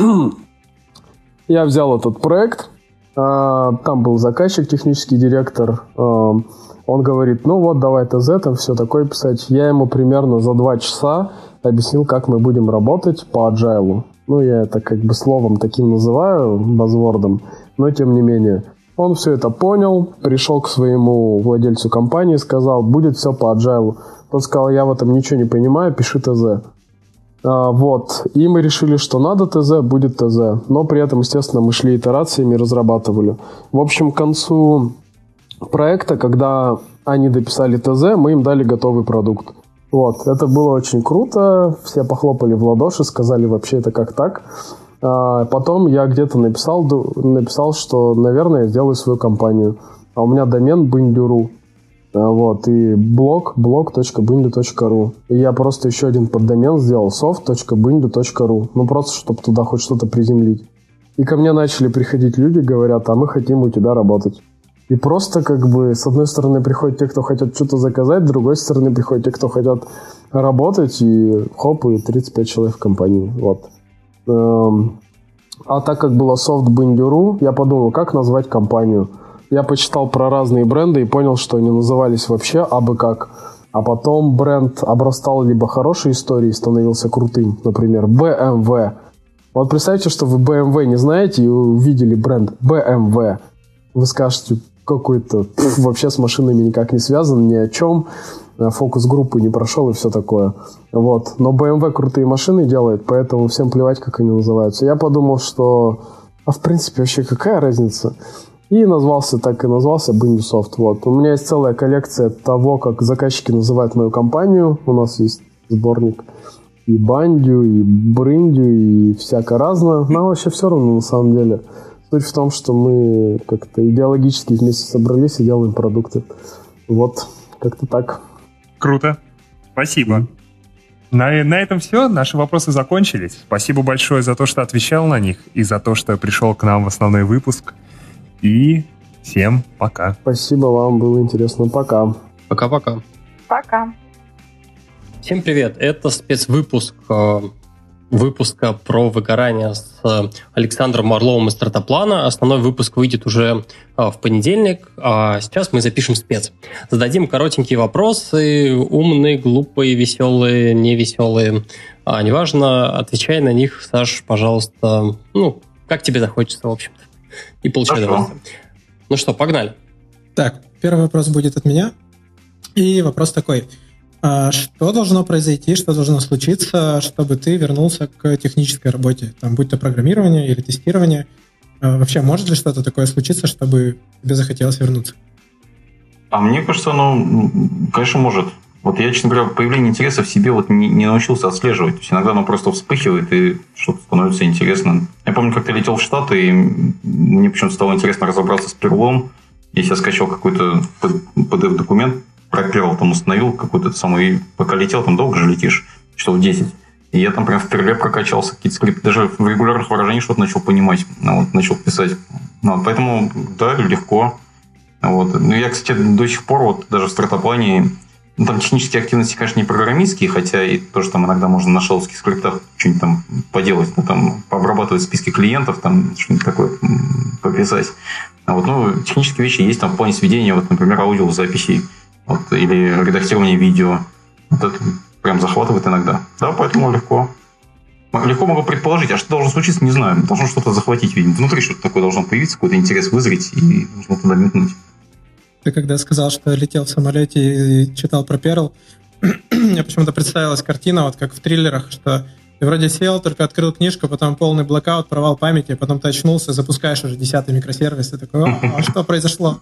Я взял этот проект, там был заказчик, технический директор, он говорит: ну вот, давай ТЗ, там все такое писать. Я ему примерно за 2 часа объяснил, как мы будем работать по agile. Ну, я это как бы словом таким называю, базвордом, но тем не менее. Он все это понял, пришел к своему владельцу компании, сказал: будет все по agile. Тот сказал: я в этом ничего не понимаю, пиши ТЗ. Вот. И мы решили, что надо ТЗ, будет ТЗ. Но при этом, естественно, мы шли итерациями, разрабатывали. В общем, к концу проекта, когда они дописали ТЗ, мы им дали готовый продукт. Вот. Это было очень круто. Все похлопали в ладоши, сказали: вообще это как так? Потом я где-то написал, что, наверное, я сделаю свою компанию. А у меня домен bindu.ru. Вот, и blog.bindu.ru. И я просто еще один поддомен сделал, soft.bindu.ru. Ну, просто, чтобы туда хоть что-то приземлить. И ко мне начали приходить люди, говорят: а мы хотим у тебя работать. И просто как бы с одной стороны приходят те, кто хотят что-то заказать, с другой стороны приходят те, кто хотят работать, и хоп, и 35 человек в компании. Вот. А так как было soft.bindu.ru, я подумал, как назвать компанию. Я почитал про разные бренды и понял, что они назывались вообще абы как. А потом бренд обрастал либо хорошей историей, становился крутым. Например, BMW. Вот представьте, что вы BMW не знаете и увидели бренд BMW. Вы скажете: какой-то вообще с машинами никак не связан, ни о чем. Фокус-группу не прошел и все такое. Вот. Но BMW крутые машины делает, поэтому всем плевать, как они называются. Я подумал, что в принципе вообще какая разница? И назвался BinduSoft. Вот. У меня есть целая коллекция того, как заказчики называют мою компанию. У нас есть сборник и Бандю, и Брындю, и всяко разное. Но вообще все равно на самом деле. Суть в том, что мы как-то идеологически вместе собрались и делаем продукты. Вот, как-то так. Круто. Спасибо. На этом все. Наши вопросы закончились. Спасибо большое за то, что отвечал на них, и за то, что пришел к нам в основной выпуск. И всем пока. Спасибо вам, было интересно. Пока. Пока-пока. Пока. Всем привет. Это спецвыпуск выпуска про выгорание с Александром Орловым из Стратоплана. Основной выпуск выйдет уже в понедельник, а сейчас мы запишем спец. Зададим коротенькие вопросы, умные, глупые, веселые, невеселые. Неважно, отвечай на них, Саш, пожалуйста, как тебе захочется, в общем-то. И получай удовольствие. Ну что, погнали. Так, первый вопрос будет от меня. И вопрос такой. Что должно произойти, что должно случиться, чтобы ты вернулся к технической работе? Там, будь то программирование или тестирование. Вообще, может ли что-то такое случиться, чтобы тебе захотелось вернуться? А мне кажется, конечно, может. Вот я, честно говоря, появление интереса в себе не научился отслеживать. То есть иногда оно просто вспыхивает, и что-то становится интересно. Я помню, как я летел в Штаты, и мне почему-то стало интересно разобраться с перлом. Я себе скачал какой-то PDF-документ, про перл там установил какой-то самый, и пока летел, там долго же летишь, часов 10. И я там прям в перле прокачался, какие-то скрипты, даже в регулярных выражениях что-то начал понимать, начал писать. Поэтому, да, легко. Я, кстати, до сих пор, даже в стартаплане, там технические активности, конечно, не программистские, хотя и тоже там иногда можно на шелловских скриптах что-нибудь там поделать, там пообрабатывать списки клиентов, там что-нибудь такое пописать. Технические вещи есть там в плане сведения, например, аудиозаписей, или редактирования видео. Это прям захватывает иногда. Да, поэтому легко. Легко могу предположить, а что должно случиться, не знаю. Должно что-то захватить, видимо. Внутри что-то такое должно появиться, какой-то интерес вызреть, и нужно туда метнуть. Ты когда сказал, что летел в самолете и читал про Perl, мне почему-то представилась картина, как в триллерах, что ты вроде сел, только открыл книжку, потом полный блокаут, провал памяти, потом ты очнулся, запускаешь уже 10-й микросервис, и такой: а что произошло?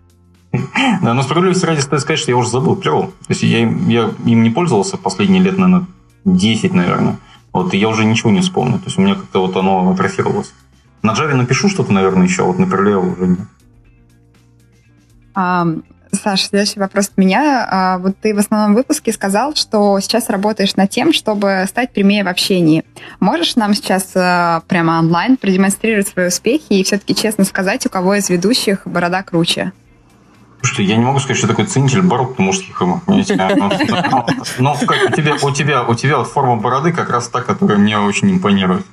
Да, но справедливости ради стоит сказать, что я уже забыл Perl. То есть я им не пользовался последние лет, наверное, 10, наверное. И я уже ничего не вспомню. То есть у меня как-то оно атрофировалось. На Java напишу что-то, наверное, еще, на Perl уже нет. Саша, следующий вопрос от меня. Вот ты в основном выпуске сказал, что сейчас работаешь над тем, чтобы стать прямее в общении. Можешь нам сейчас прямо онлайн продемонстрировать свои успехи и все-таки честно сказать, у кого из ведущих борода круче? Слушай, я не могу сказать, что такой ценитель бород мужских. Но у тебя форма бороды как раз та, которая мне очень импонирует.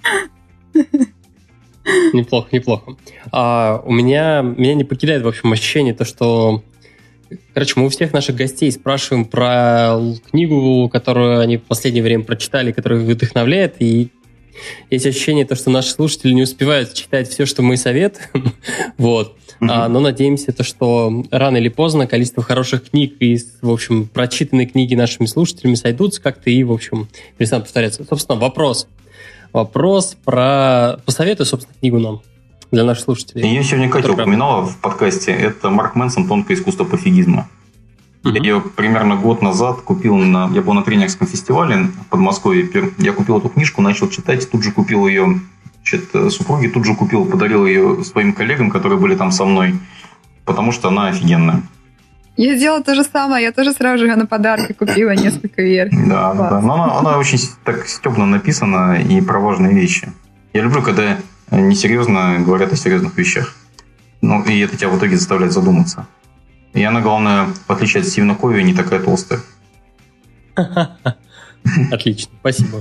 Неплохо. Меня не покидает, в общем, ощущение, то, что... Короче, мы у всех наших гостей спрашиваем про книгу, которую они в последнее время прочитали, которая их вдохновляет, и есть ощущение, то, что наши слушатели не успевают читать все, что мы советуем, вот. Но надеемся, то, что рано или поздно количество хороших книг и, в общем, прочитанные книги нашими слушателями сойдутся как-то и, в общем, перестанут повторяться. Собственно, вопрос про... Посоветуй, собственно, книгу нам, для наших слушателей. Ее сегодня Катя упоминала в подкасте. Это Марк Мэнсон «Тонкое искусство пофигизма». Я ее примерно год назад купил я был на тренерском фестивале в Подмосковье. Я купил эту книжку, начал читать, тут же купил ее супруге, тут же подарил ее своим коллегам, которые были там со мной, потому что она офигенная. Я сделала то же самое, я тоже сразу же на подарки купила несколько версий. Да. Но она очень так стёбно написана и про важные вещи. Я люблю, когда несерьезно говорят о серьезных вещах. Ну, и это тебя в итоге заставляет задуматься. И она, главное, в отличие от Стивена Кови, не такая толстая. Отлично, спасибо.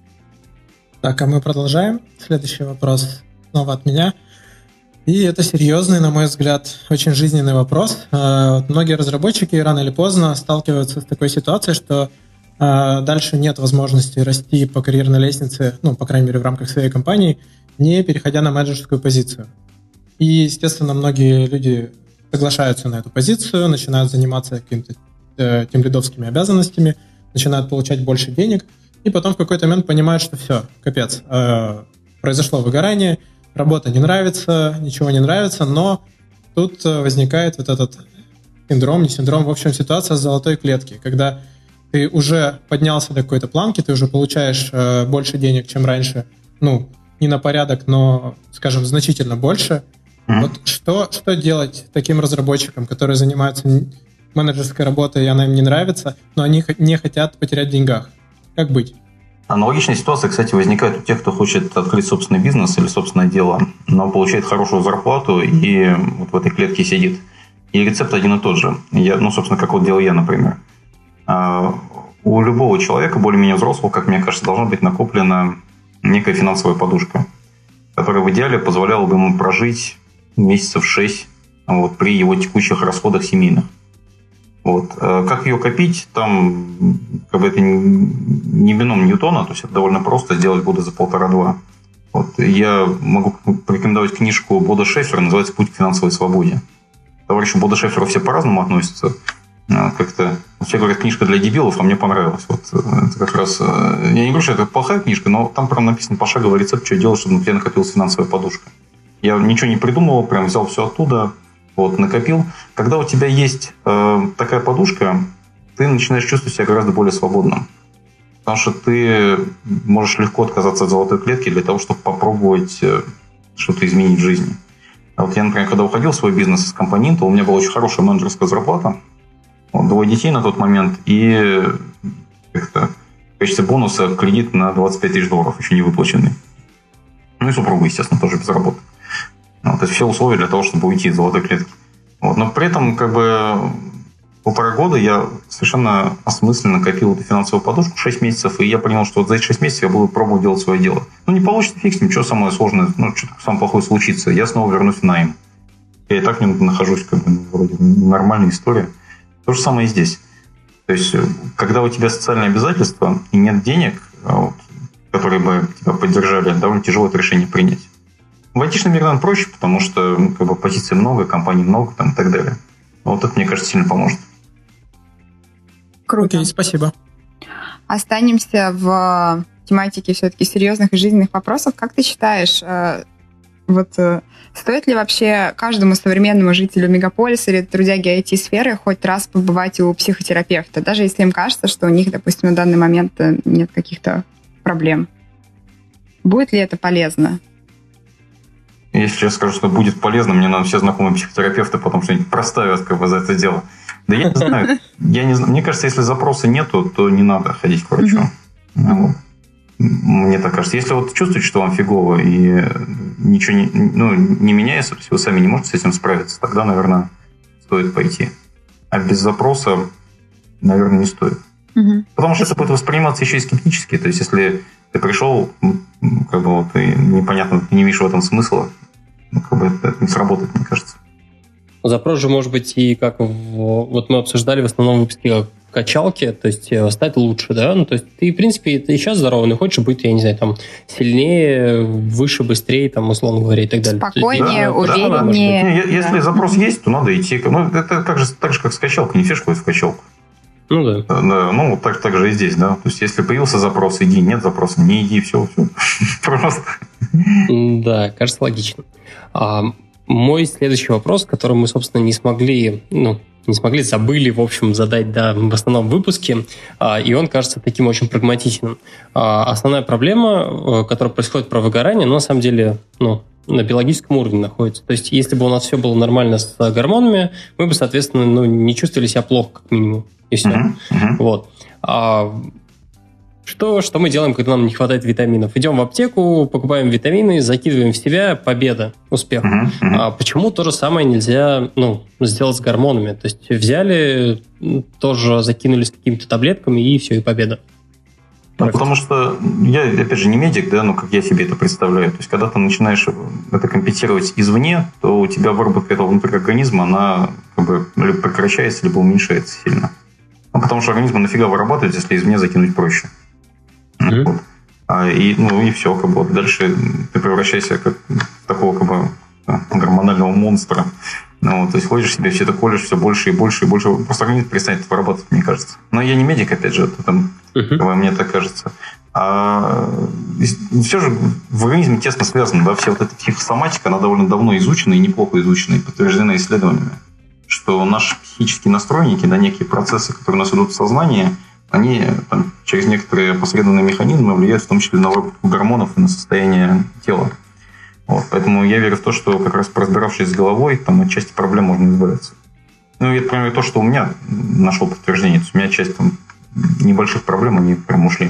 Так, а мы продолжаем. Следующий вопрос снова от меня. И это серьезный, на мой взгляд, очень жизненный вопрос. Многие разработчики рано или поздно сталкиваются с такой ситуацией, что дальше нет возможности расти по карьерной лестнице, ну, по крайней мере, в рамках своей компании, не переходя на менеджерскую позицию. И, естественно, многие люди соглашаются на эту позицию, начинают заниматься какими-то тимлидовскими обязанностями, начинают получать больше денег, и потом в какой-то момент понимают, что все, капец, произошло выгорание, работа не нравится, ничего не нравится, но тут возникает вот этот синдром, в общем, ситуация с золотой клетки, когда ты уже поднялся до какой-то планки, ты уже получаешь больше денег, чем раньше, ну, не на порядок, но, скажем, значительно больше. Вот что делать таким разработчикам, которые занимаются менеджерской работой, и она им не нравится, но они не хотят потерять в деньгах? Как быть? Аналогичная ситуация, кстати, возникает у тех, кто хочет открыть собственный бизнес или собственное дело, но получает хорошую зарплату и вот в этой клетке сидит. И рецепт один и тот же. Собственно, как вот делал я, например. У любого человека, более-менее взрослого, как мне кажется, должна быть накоплена некая финансовая подушка, которая в идеале позволяла бы ему прожить месяцев 6 при его текущих расходах семейных. Как ее копить, там это не бином Ньютона, то есть это довольно просто, сделать года за 1,5-2. Я могу порекомендовать книжку Бода Шефера, называется «Путь к финансовой свободе». Товарищу Бода Шеферу все по-разному относятся. Как-то все говорят, книжка для дебилов, а мне понравилось. Это как раз... Я не говорю, что это плохая книжка, но там прям написан пошаговый рецепт, что делать, чтобы у тебя накопилась финансовая подушка. Я ничего не придумывал, прям взял все оттуда, накопил. Когда у тебя есть такая подушка, ты начинаешь чувствовать себя гораздо более свободным. Потому что ты можешь легко отказаться от золотой клетки для того, чтобы попробовать что-то изменить в жизни. Я, например, когда уходил в свой бизнес из компании Intel, у меня была очень хорошая менеджерская зарплата. 2 детей на тот момент и в качестве бонуса кредит на $25 тысяч, еще не выплаченный. Ну и супруга, естественно, тоже без работы. Это все условия для того, чтобы уйти из золотой клетки. Но при этом 1,5 года я совершенно осмысленно копил эту финансовую подушку 6 месяцев, и я понял, что за эти 6 месяцев я буду пробовать делать свое дело. Не получится, фиг с ним, что самое сложное, что-то самое плохое случится, я снова вернусь в найм. Я и так в нем нахожусь, вроде нормальная история. То же самое и здесь. То есть, когда у тебя социальные обязательства и нет денег, которые бы тебя поддержали, довольно тяжело это решение принять. В айтишном мире, наверное, проще, потому что позиций много, компаний много и так далее. Это, мне кажется, сильно поможет. Круто. Окей, спасибо. Останемся в тематике все-таки серьезных и жизненных вопросов. Как ты считаешь, стоит ли вообще каждому современному жителю мегаполиса или трудяги IT-сферы хоть раз побывать у психотерапевта, даже если им кажется, что у них, допустим, на данный момент нет каких-то проблем? Будет ли это полезно? если я скажу, что будет полезно, мне надо все знакомые психотерапевты потом что-нибудь проставят как бы за это дело. Да я не знаю. Мне кажется, если запроса нету, то не надо ходить к врачу. Мне так кажется. Если вот чувствуете, что вам фигово и ничего не меняется, то есть вы сами не можете с этим справиться, тогда, наверное, стоит пойти. А без запроса, наверное, не стоит. Потому что это будет восприниматься еще и скептически. То есть, если ты пришел, как бы вот, и непонятно, ты не видишь в этом смысла, как бы это не сработает, мне кажется. Запрос же может быть и как вот мы обсуждали в основном выпуске качалки, то есть стать лучше, да? Ну, то есть ты, в принципе, ты сейчас здоровый, но хочешь быть, я не знаю, там, сильнее, выше, быстрее, там, условно говоря, и так далее. Спокойнее, увереннее. Если запрос есть, то надо идти. Ну, это так же, как с качалкой, не фишка ходит в качалку. Ну да. Да, ну, так же и здесь, да. То есть, если появился запрос, иди, нет запроса, не иди, все. Просто. Да, кажется логично. Мой следующий вопрос, который мы, собственно, забыли, в общем, задать, да, в основном выпуске, и он кажется таким очень прагматичным. Основная проблема, которая происходит про выгорание, она, на самом деле, на биологическом уровне находится. То есть, если бы у нас все было нормально с гормонами, мы бы, соответственно, не чувствовали себя плохо, как минимум. И все. Вот. Что мы делаем, когда нам не хватает витаминов? Идем в аптеку, покупаем витамины, закидываем в себя, победа, успех. А почему то же самое нельзя сделать с гормонами? То есть взяли, тоже закинулись какими-то таблетками, и все, и победа. Потому что я, опять же, не медик, да, но как я себе это представляю. То есть, когда ты начинаешь это компенсировать извне, то у тебя выработка этого внутри организма, она как бы либо прекращается, либо уменьшается сильно. Потому что организму нафига вырабатывать, если извне закинуть проще. Вот. И все, как бы дальше ты превращаешься как в такого как бы гормонального монстра. То есть ходишь себе, все это колешь все больше и больше и больше. Просто организм перестанет вырабатывать, мне кажется. Но я не медик, опять же, это там, мне так кажется. Все же в организме тесно связано, да, вся вот эта психосоматика, она довольно давно изучена и неплохо изучена, и подтверждена исследованиями, что наши психические настройники, да, некие процессы, которые у нас идут в сознании, они там, через некоторые опосредованные механизмы влияют в том числе на выработку гормонов и на состояние тела. Вот. Поэтому я верю в то, что как раз разбиравшись с головой, там от части проблем можно избавиться. Ну, и это, например, то, что у меня нашел подтверждение. То есть у меня часть там небольших проблем, они прям ушли.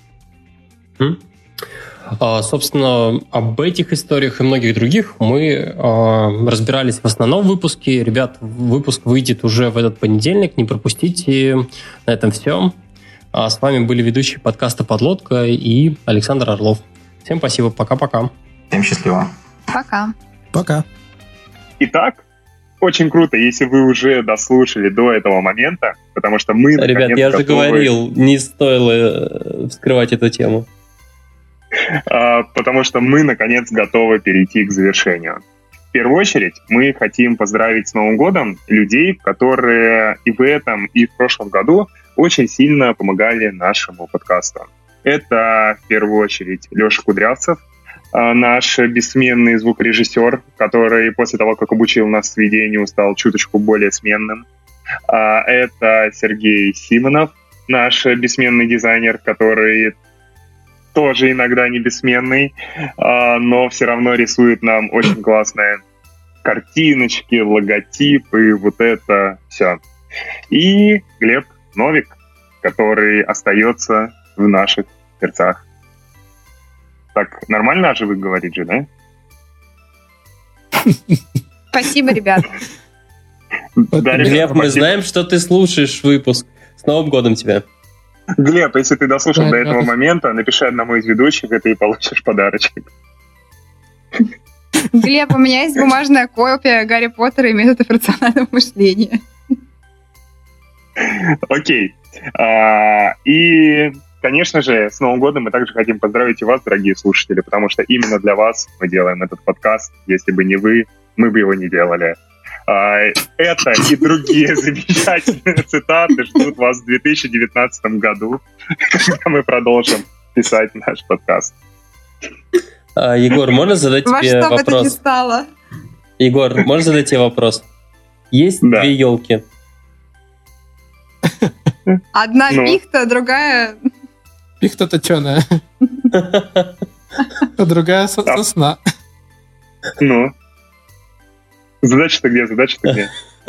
Собственно, об этих историях и многих других мы разбирались в основном выпуске. Ребят, выпуск выйдет уже в этот понедельник, не пропустите. На этом все. С вами были ведущие подкаста «Подлодка» и Александр Орлов. Всем спасибо, пока-пока. Всем счастливо. Пока. Пока. Итак, очень круто, если вы уже дослушали до этого момента, потому что мы... Ребят, я же говорил, не стоило вскрывать эту тему. Потому что мы, наконец, готовы перейти к завершению. В первую очередь, мы хотим поздравить с Новым годом людей, которые и в этом, и в прошлом году очень сильно помогали нашему подкасту. Это, в первую очередь, Леша Кудрявцев, наш бессменный звукорежиссер, который после того, как обучил нас сведению, стал чуточку более сменным. Это Сергей Симонов, наш бессменный дизайнер, который тоже иногда не бессменный, но все равно рисует нам очень классные картиночки, логотипы, вот это все. И Глеб Новик, который остается в наших сердцах. Так, нормально о живых говорить же, да? Спасибо, ребят. Глеб, мы знаем, что ты слушаешь выпуск. С Новым годом тебя. Глеб, если ты дослушал до этого момента, напиши одному из ведущих, и ты получишь подарочек. Глеб, у меня есть бумажная копия Гарри Поттера и методов рационального мышления. Окей. И, конечно же, с Новым годом мы также хотим поздравить и вас, дорогие слушатели, потому что именно для вас мы делаем этот подкаст. Если бы не вы, мы бы его не делали. Это и другие замечательные цитаты ждут вас в 2019 году, когда мы продолжим писать наш подкаст. Егор, можно задать тебе вопрос? Во что бы это ни стало. Егор, можно задать тебе вопрос? Есть две елки. Одна пихта, другая... Пихта точеная. А другая сосна. Ну? Задача-то где?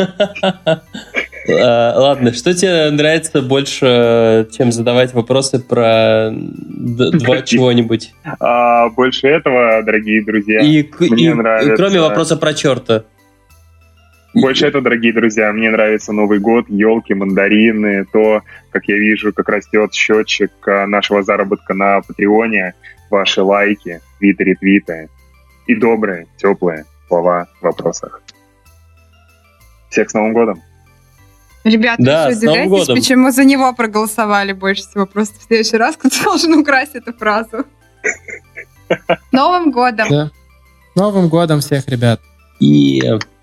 Ладно, что тебе нравится больше, чем задавать вопросы про два чего-нибудь? Больше этого, дорогие друзья, мне нравится... Кроме вопроса про черта. Больше этого, дорогие друзья, мне нравится Новый год, елки, мандарины, то, как я вижу, как растет счетчик нашего заработка на Патреоне, ваши лайки, твиты, ретвиты и добрые, теплые слова в вопросах. Всех с Новым годом! Ребята, да, вы удивляетесь, почему за него проголосовали больше всего? Просто в следующий раз кто-то должен украсть эту фразу. Новым годом! Да. Новым годом всех, ребят! И